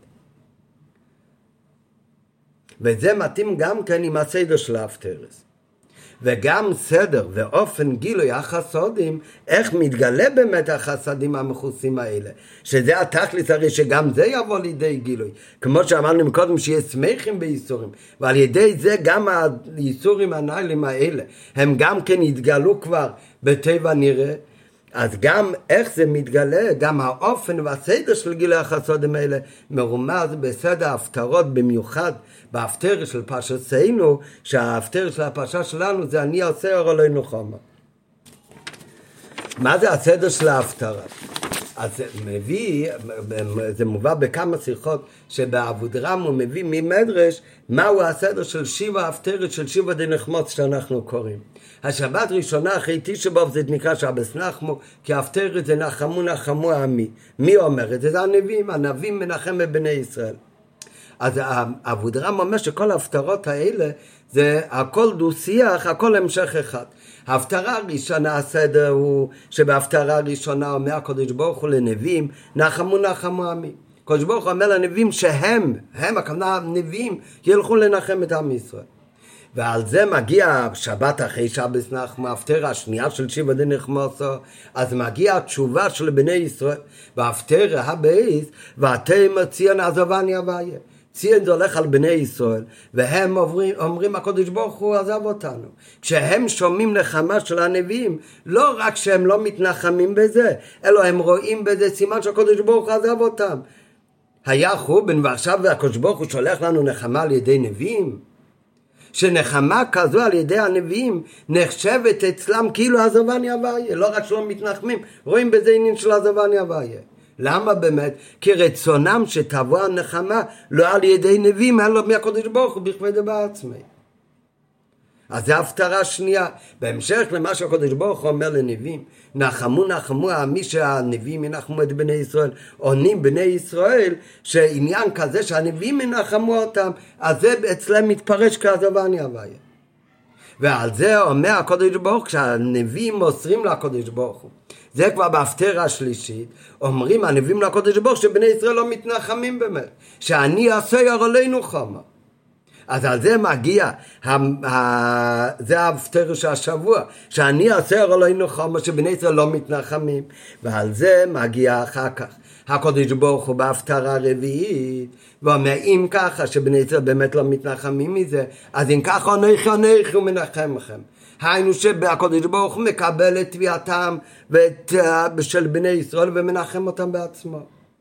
וזה מתאים גם כן עם הסדר של ההפטרס. וגם סדר ואופן גילוי החסודים, איך מתגלה באמת החסדים המכוסים האלה, שזה התכלית הרי שגם זה יבוא לידי גילוי, כמו שאמרנו מקודם שיהיה שמחים בייסורים, ועל ידי זה גם הייסורים הנעלים האלה, הם גם כן יתגלו כבר בטבע נראה, אז גם איך זה מתגלה, גם האופן והסדר של גילוי החסודים האלה, מרומז בסדר ההפטרות במיוחד, בהפטר של פרשתנו, שההפטר של הפרשה שלנו זה אני עושה אור אלוהינו חומר. מה זה הסדר של ההפטרה? אז זה מביא, זה מובא בכמה שיחות, שבעבודרם הוא מביא ממדרש, מהו הסדר של שיבה ההפטרת של שיבה דנחמוס שאנחנו קוראים. השבת ראשונה אחרי תשעה באב זה נקרא שבס נחמו, כי ההפטרת זה נחמו נחמו עמי. מי אומר את זה? זה הנביאים, הנביאים מנחם בבני ישראל. אז עבודרם אומר שכל ההפטרות האלה זה הכל דו שיח, הכל המשך אחד. ההפטרה הראשונה, הסדר הוא שבהפטרה הראשונה אומר הקדוש ברוך הוא לנביאים, נחמו נחמו עמי. הקדוש ברוך הוא אומר לנביאים שהם, הם הכוונה נביאים, ילכו לנחם את עם ישראל. ועל זה מגיע שבת אחרי שבס נחמו, ההפטרה השנייה של שיבה דנחמוסו, אז מגיע התשובה של בני ישראל, בהפטרה הבייס, ואתם ציון עזבני אביה. ציון זה הולך על בני ישראל, והם אומרים, אומרים הקדוש ברוך הוא עזב אותנו. כשהם שומעים נחמה של הנביאים, לא רק שהם לא מתנחמים בזה, אלא הם רואים בזה סימן שהקדוש ברוך הוא עזב אותם. היה חובן ועכשיו הקדוש ברוך הוא שולח לנו נחמה על ידי נביאים, שנחמה כזו על ידי הנביאים נחשבת אצלם כאילו עזבני אביה, לא רק שלא מתנחמים, רואים בזה עניין של עזבני אביה. למה באמת? כי רצונם שתבוא הנחמה לא על ידי נביאים, אלא מהקדוש ברוך הוא בכבוד בעצמי. אז זה ההפטרה השנייה. בהמשך למה שהקדוש ברוך הוא אומר לנביאים, נחמו נחמו עמי, שהנביאים ינחמו את בני ישראל, עונים בני ישראל שעניין כזה שהנביאים ינחמו אותם, אז זה אצלם מתפרש כעזבני אביה. ועל זה אומר הקדוש ברוך הוא, כשהנביאים מוסרים לקדוש ברוך הוא, זה כבר בהפטרה השלישית, אומרים הנביאים לקדוש ברוך הוא שבני ישראל לא מתנחמים באמת, שאני אעשה אור אלוהינו חומר. אז על זה מגיע, זה ההפטרה של השבוע, שאני אעשה אור אלוהינו חומר, שבני ישראל לא מתנחמים, ועל זה מגיע אחר כך. הקדוש ברוך הוא בהפטרה הרביעית, ואומר אם ככה שבני ישראל באמת לא מתנחמים מזה, אז אם ככה אנכי אנכי ומנחמכם. היינו שהקדוש ברוך הוא מקבל את תביעתם של בני ישראל ומנחם אותם בעצמו.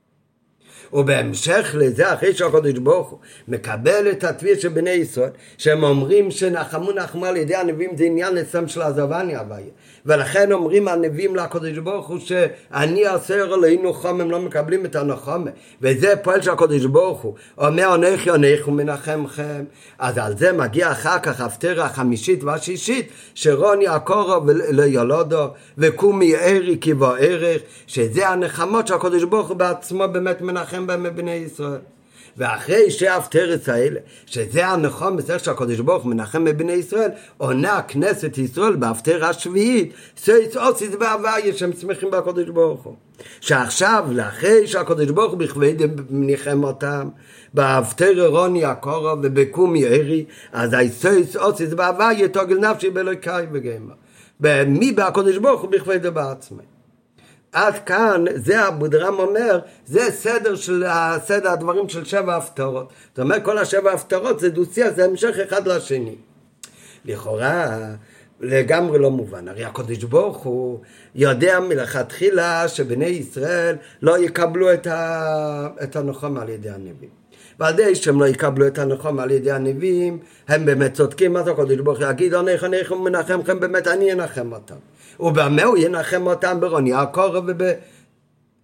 ובהמשך לזה, אחרי שהקדוש ברוך הוא מקבל את התביעה של בני ישראל, שהם אומרים שנחמו נחמו על ידי הנביאים, זה עניין לסם של עזבני אביה, ולכן אומרים הנביאים לקדוש ברוך הוא שאני אעשה אור אלוהינו חומר, הם לא מקבלים את הנחמה, וזה פועל של הקדוש ברוך הוא אומר אנכי אנכי ומנחמכם. אז על זה מגיע אחר כך ההפטרה החמישית והשישית, שרוני הקורו וליולודו וקומי ערי כי בו ערך, שזה הנחמות שהקדוש ברוך הוא בעצמו באמת מנחם בהם בבני ישראל. ואחרי שההפטרות האלה, שזה הנחום בסך שהקדוש ברוך הוא מנחם בבני ישראל, עונה כנסת ישראל בהפטרה השביעית, סייס אוסיס בהוויה שהם שמחים בקדוש ברוך הוא. שעכשיו, לאחרי שהקדוש ברוך הוא בכבוד מניחם אותם, בהפטרה רוני הקורו ובקומי ערי, אז סייס אוסיס בהוויה תוגל נפשי באלוקי וגמר. במי בהקדוש ברוך הוא בכבוד בעצמי. עד כאן, זה אבודרם אומר, זה סדר של סדר הדברים של שבע הפטרות. זאת אומרת, כל השבע הפטרות זה דו-שיח, זה המשך אחד לשני. לכאורה, לגמרי לא מובן. הרי הקדוש ברוך הוא יודע מלכתחילה שבני ישראל לא יקבלו את, ה... את הנחום על ידי הנביאים. ועל ידי שהם לא יקבלו את הנחום על ידי הנביאים, הם באמת צודקים, אז הקדוש ברוך הוא יגיד, אנכי אנכי ומנחמכם, באמת אני אנחם אותם. ובמה הוא ינחם אותם? ברוני הקורו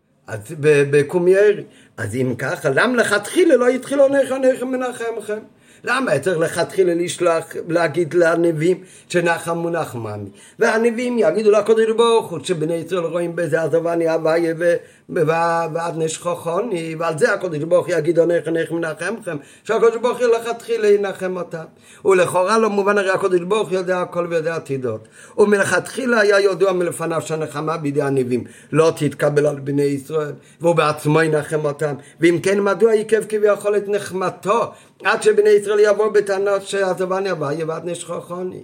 ובקומי ערי. אז אם ככה, למה לכתחילה לא יתחילו אנכי אנכי ומנחמכם? למה? צריך לכתחילה לשלוח, להגיד לנביאים שנחמו נחמו עמי. והנביאים יגידו לקדוש ברוך הוא שבני ישראל רואים בזה עזבני הוויה ועד נשכחוני, ועל זה הקדוש ברוך הוא יגיד אנכי אנכי מנחמכם, שהקדוש ברוך הוא לכתחילה ינחם אותם. ולכאורה לא מובן, הרי הקדוש ברוך הוא יודע הכל ויודע עתידות. ומלכתחילה היה ידוע מלפניו שהנחמה בידי הנביאים לא תתקבל על בני ישראל, והוא בעצמו ינחם אותם. ואם כן, מדוע עיכב כביכול את נחמתו עד שבני ישראל יבוא בטענות שעזבני הוויה ועד נשכחוני?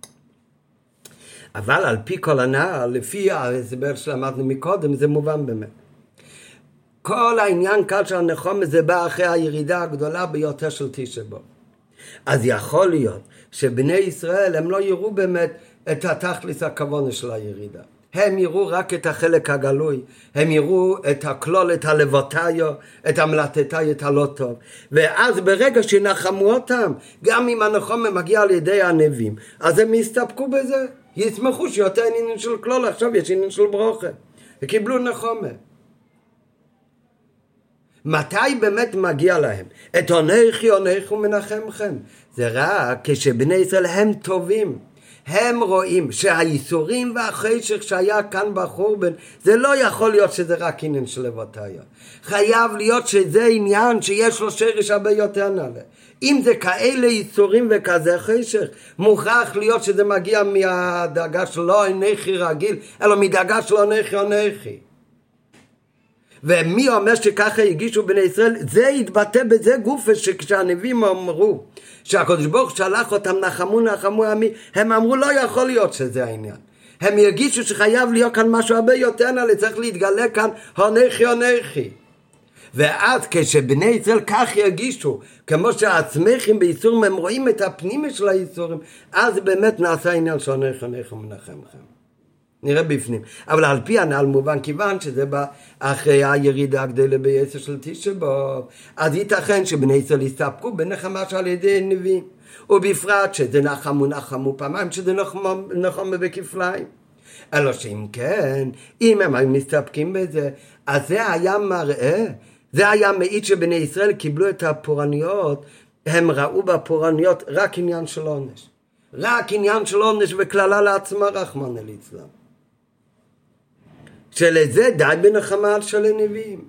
אבל על פי כל הנער, לפי ההסבר שלמדנו מקודם, זה מובן באמת. כל העניין כאן של הנחמה זה בא אחרי הירידה הגדולה ביותר של תשעה באב. אז יכול להיות שבני ישראל הם לא יראו באמת את התכלית הכוונה של הירידה. הם יראו רק את החלק הגלוי, הם יראו את הכלול, את הלבוטיו, את המלטטיו, את הלא טוב. ואז ברגע שנחמו אותם, גם אם הנחמה מגיע על ידי הנביאים, אז הם יסתפקו בזה, ישמחו שיותר עניין של כלול, עכשיו יש עניין של ברוכה. וקיבלו נחמה. מתי באמת מגיע להם? את אנכי אנכי מנחמכם. זה רק כשבני ישראל הם טובים. הם רואים שהייסורים והחשך שהיה כאן בחורבן, זה לא יכול להיות שזה רק עניין של לבוטיו. חייב להיות שזה עניין שיש לו שרש הרבה יותר נעלה. אם זה כאלה ייסורים וכזה חשך, מוכרח להיות שזה מגיע מהדאגה שלו אנכי רגיל, אלא מדאגה שלו אנכי אנכי. ומי אומר שככה הגישו בני ישראל? זה יתבטא בזה גופה שכשהנביאים אמרו שהקדוש ברוך שלח אותם נחמו נחמו עמי, הם אמרו לא יכול להיות שזה העניין. הם יגישו שחייב להיות כאן משהו הרבה יותר נעלה, צריך להתגלה כאן אנכי אנכי. ואז כשבני ישראל כך יגישו, כמו שהצמחים בייסורים הם רואים את הפנימי של הייסורים, אז באמת נעשה העניין של אנכי אנכי מנחמכם. נראה בפנים. אבל על פי הנעל מובן, כיוון שזה בא אחרי הירידה הגדולה ביסר של תשעה באב, אז ייתכן שבני ישראל יסתפקו בנחמה שעל ידי נביאים. ובפרט שזה נחמו נחמו פעמיים, שזה נחמה בכפליים. אלא שאם כן, אם הם היו מסתפקים בזה, אז זה היה מראה, זה היה מעיד שבני ישראל קיבלו את הפורעניות, הם ראו בפורעניות רק עניין של עונש. רק עניין של עונש וכללה לעצמה רחמנא ליצלן. שלזה די בנחמה של הנביאים.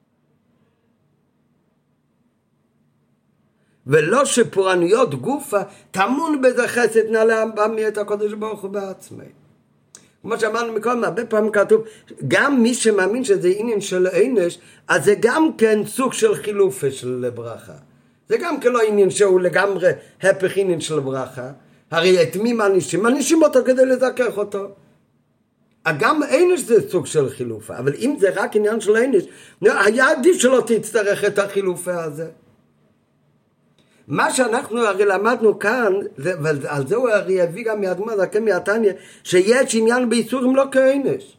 ולא שפורעניות גופה טמון בזה חסד נעלה את הקדוש ברוך הוא בעצמי. כמו שאמרנו מקודם, הרבה פעמים כתוב, גם מי שמאמין שזה עניין של עונש, אז זה גם כן סוג של חילופה של ברכה. זה גם כן לא עניין שהוא לגמרי הפך עניין של ברכה. הרי את מי מענישים? מענישים אותו כדי לזכך אותו. גם עונש זה סוג של חילופה, אבל אם זה רק עניין של עונש, היה עדיף שלא תצטרך את החילופה הזה. מה שאנחנו הרי למדנו כאן, ועל זה הוא הרי הביא גם מאדמו"ר הזקן מהתניא, שיש עניין באיסורים לא כעונש.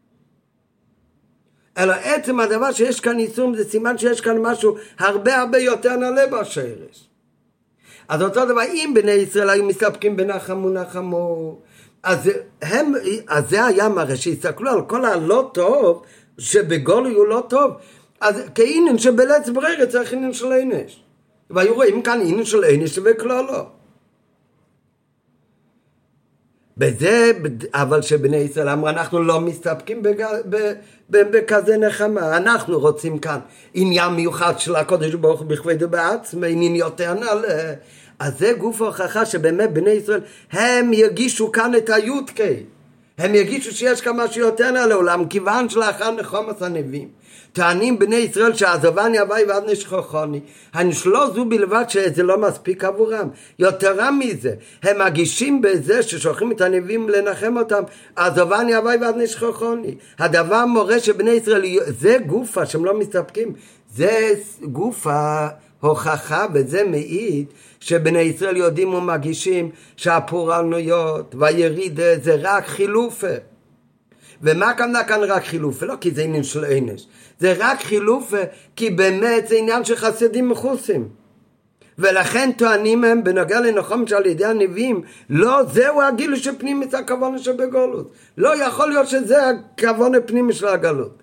אלא עצם הדבר שיש כאן איסורים, זה סימן שיש כאן משהו הרבה הרבה יותר נעלה בשרש. אז אותו דבר, אם בני ישראל היו מסתפקים בנחמו נחמו, אז, הם, אז זה היה מראה שהסתכלו על כל הלא טוב, שבגולוי הוא לא טוב, אז כעניין שבלץ ברירה צריך עניין של עונש. והיו רואים כאן עניין של עונש וכלל לא. בזה, אבל שבני ישראל אמרו, אנחנו לא מסתפקים בג, ב, ב, בכזה נחמה, אנחנו רוצים כאן עניין מיוחד של הקודש ברוך הוא בכבודו בעצמו, עניין יותר נעלה. אז זה גוף ההוכחה שבאמת בני ישראל הם יגישו כאן את היודקי, הם יגישו שיש כאן משהו יותר נעלה עולם, כיוון שלאחר נחמת הנביאים טוענים בני ישראל שעזבני הוויה ועד נשכחוני, לא זו בלבד שזה לא מספיק עבורם, יתרה מזה, הם מגישים בזה ששולחים את הנביאים לנחם אותם, עזבני הוויה ועד נשכחוני. הדבר מורה שבני ישראל, זה גופה שהם לא מסתפקים, זה גופה הוכחה, וזה מעיד שבני ישראל יודעים ומגישים שהפורענויות והירידה זה רק חילופה. ומה כמנה כאן רק חילופה? לא כי זה עניין של עונש, זה רק חילופה כי באמת זה עניין של חסדים מחוסים. ולכן טוענים הם בנוגע לנחמה שעל ידי הנביאים, לא זהו הגילוי של פנימי הכוונה שבגלות, לא יכול להיות שזה הכוונה פנימי של הגלות.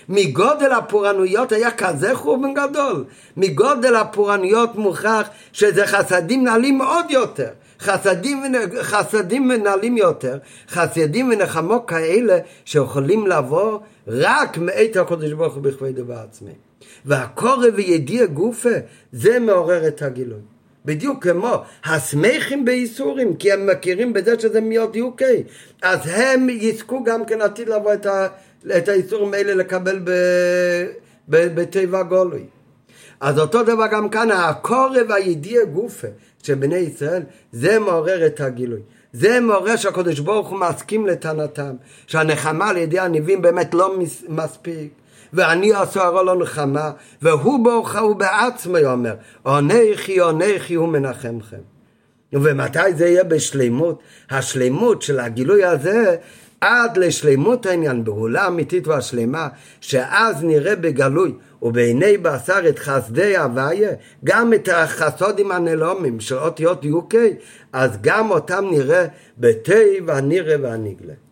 מגודל הפורענויות היה כזה חורבן גדול. מגודל הפורענויות מוכרח שזה חסדים נעלים עוד יותר. חסדים, חסדים מנהלים יותר, חסדים ונחמות כאלה שיכולים לבוא רק מאת הקדוש ברוך הוא בכבודו בעצמו. והקורא וידיע גופה, זה מעורר את הגילוי. בדיוק כמו השמחים בייסורים, כי הם מכירים בזה שזה מיד יוקי, אז הם יזכו גם כן עתיד לבוא את, ה, את הייסורים האלה לקבל ב, ב, בטבע גולוי. אז אותו דבר גם כאן, הקורא והידיע גופה של בני ישראל, זה מעורר את הגילוי. זה מעורר שהקדוש ברוך הוא מסכים לטענתם, שהנחמה על ידי הנביאים באמת לא מספיק, ואני אסורו לו נחמה, והוא ברוך הוא בעצמו אומר, עונכי עונכי הוא מנחמכם. ומתי זה יהיה בשלימות? השלימות של הגילוי הזה, עד לשלימות העניין, בהולה אמיתית והשלמה, שאז נראה בגלוי, ובעיני בשר את חסדי הוויה, גם את החסודים הנלומים של אותיות יוקי, אז גם אותם נראה בטבע הנראה והנגלה.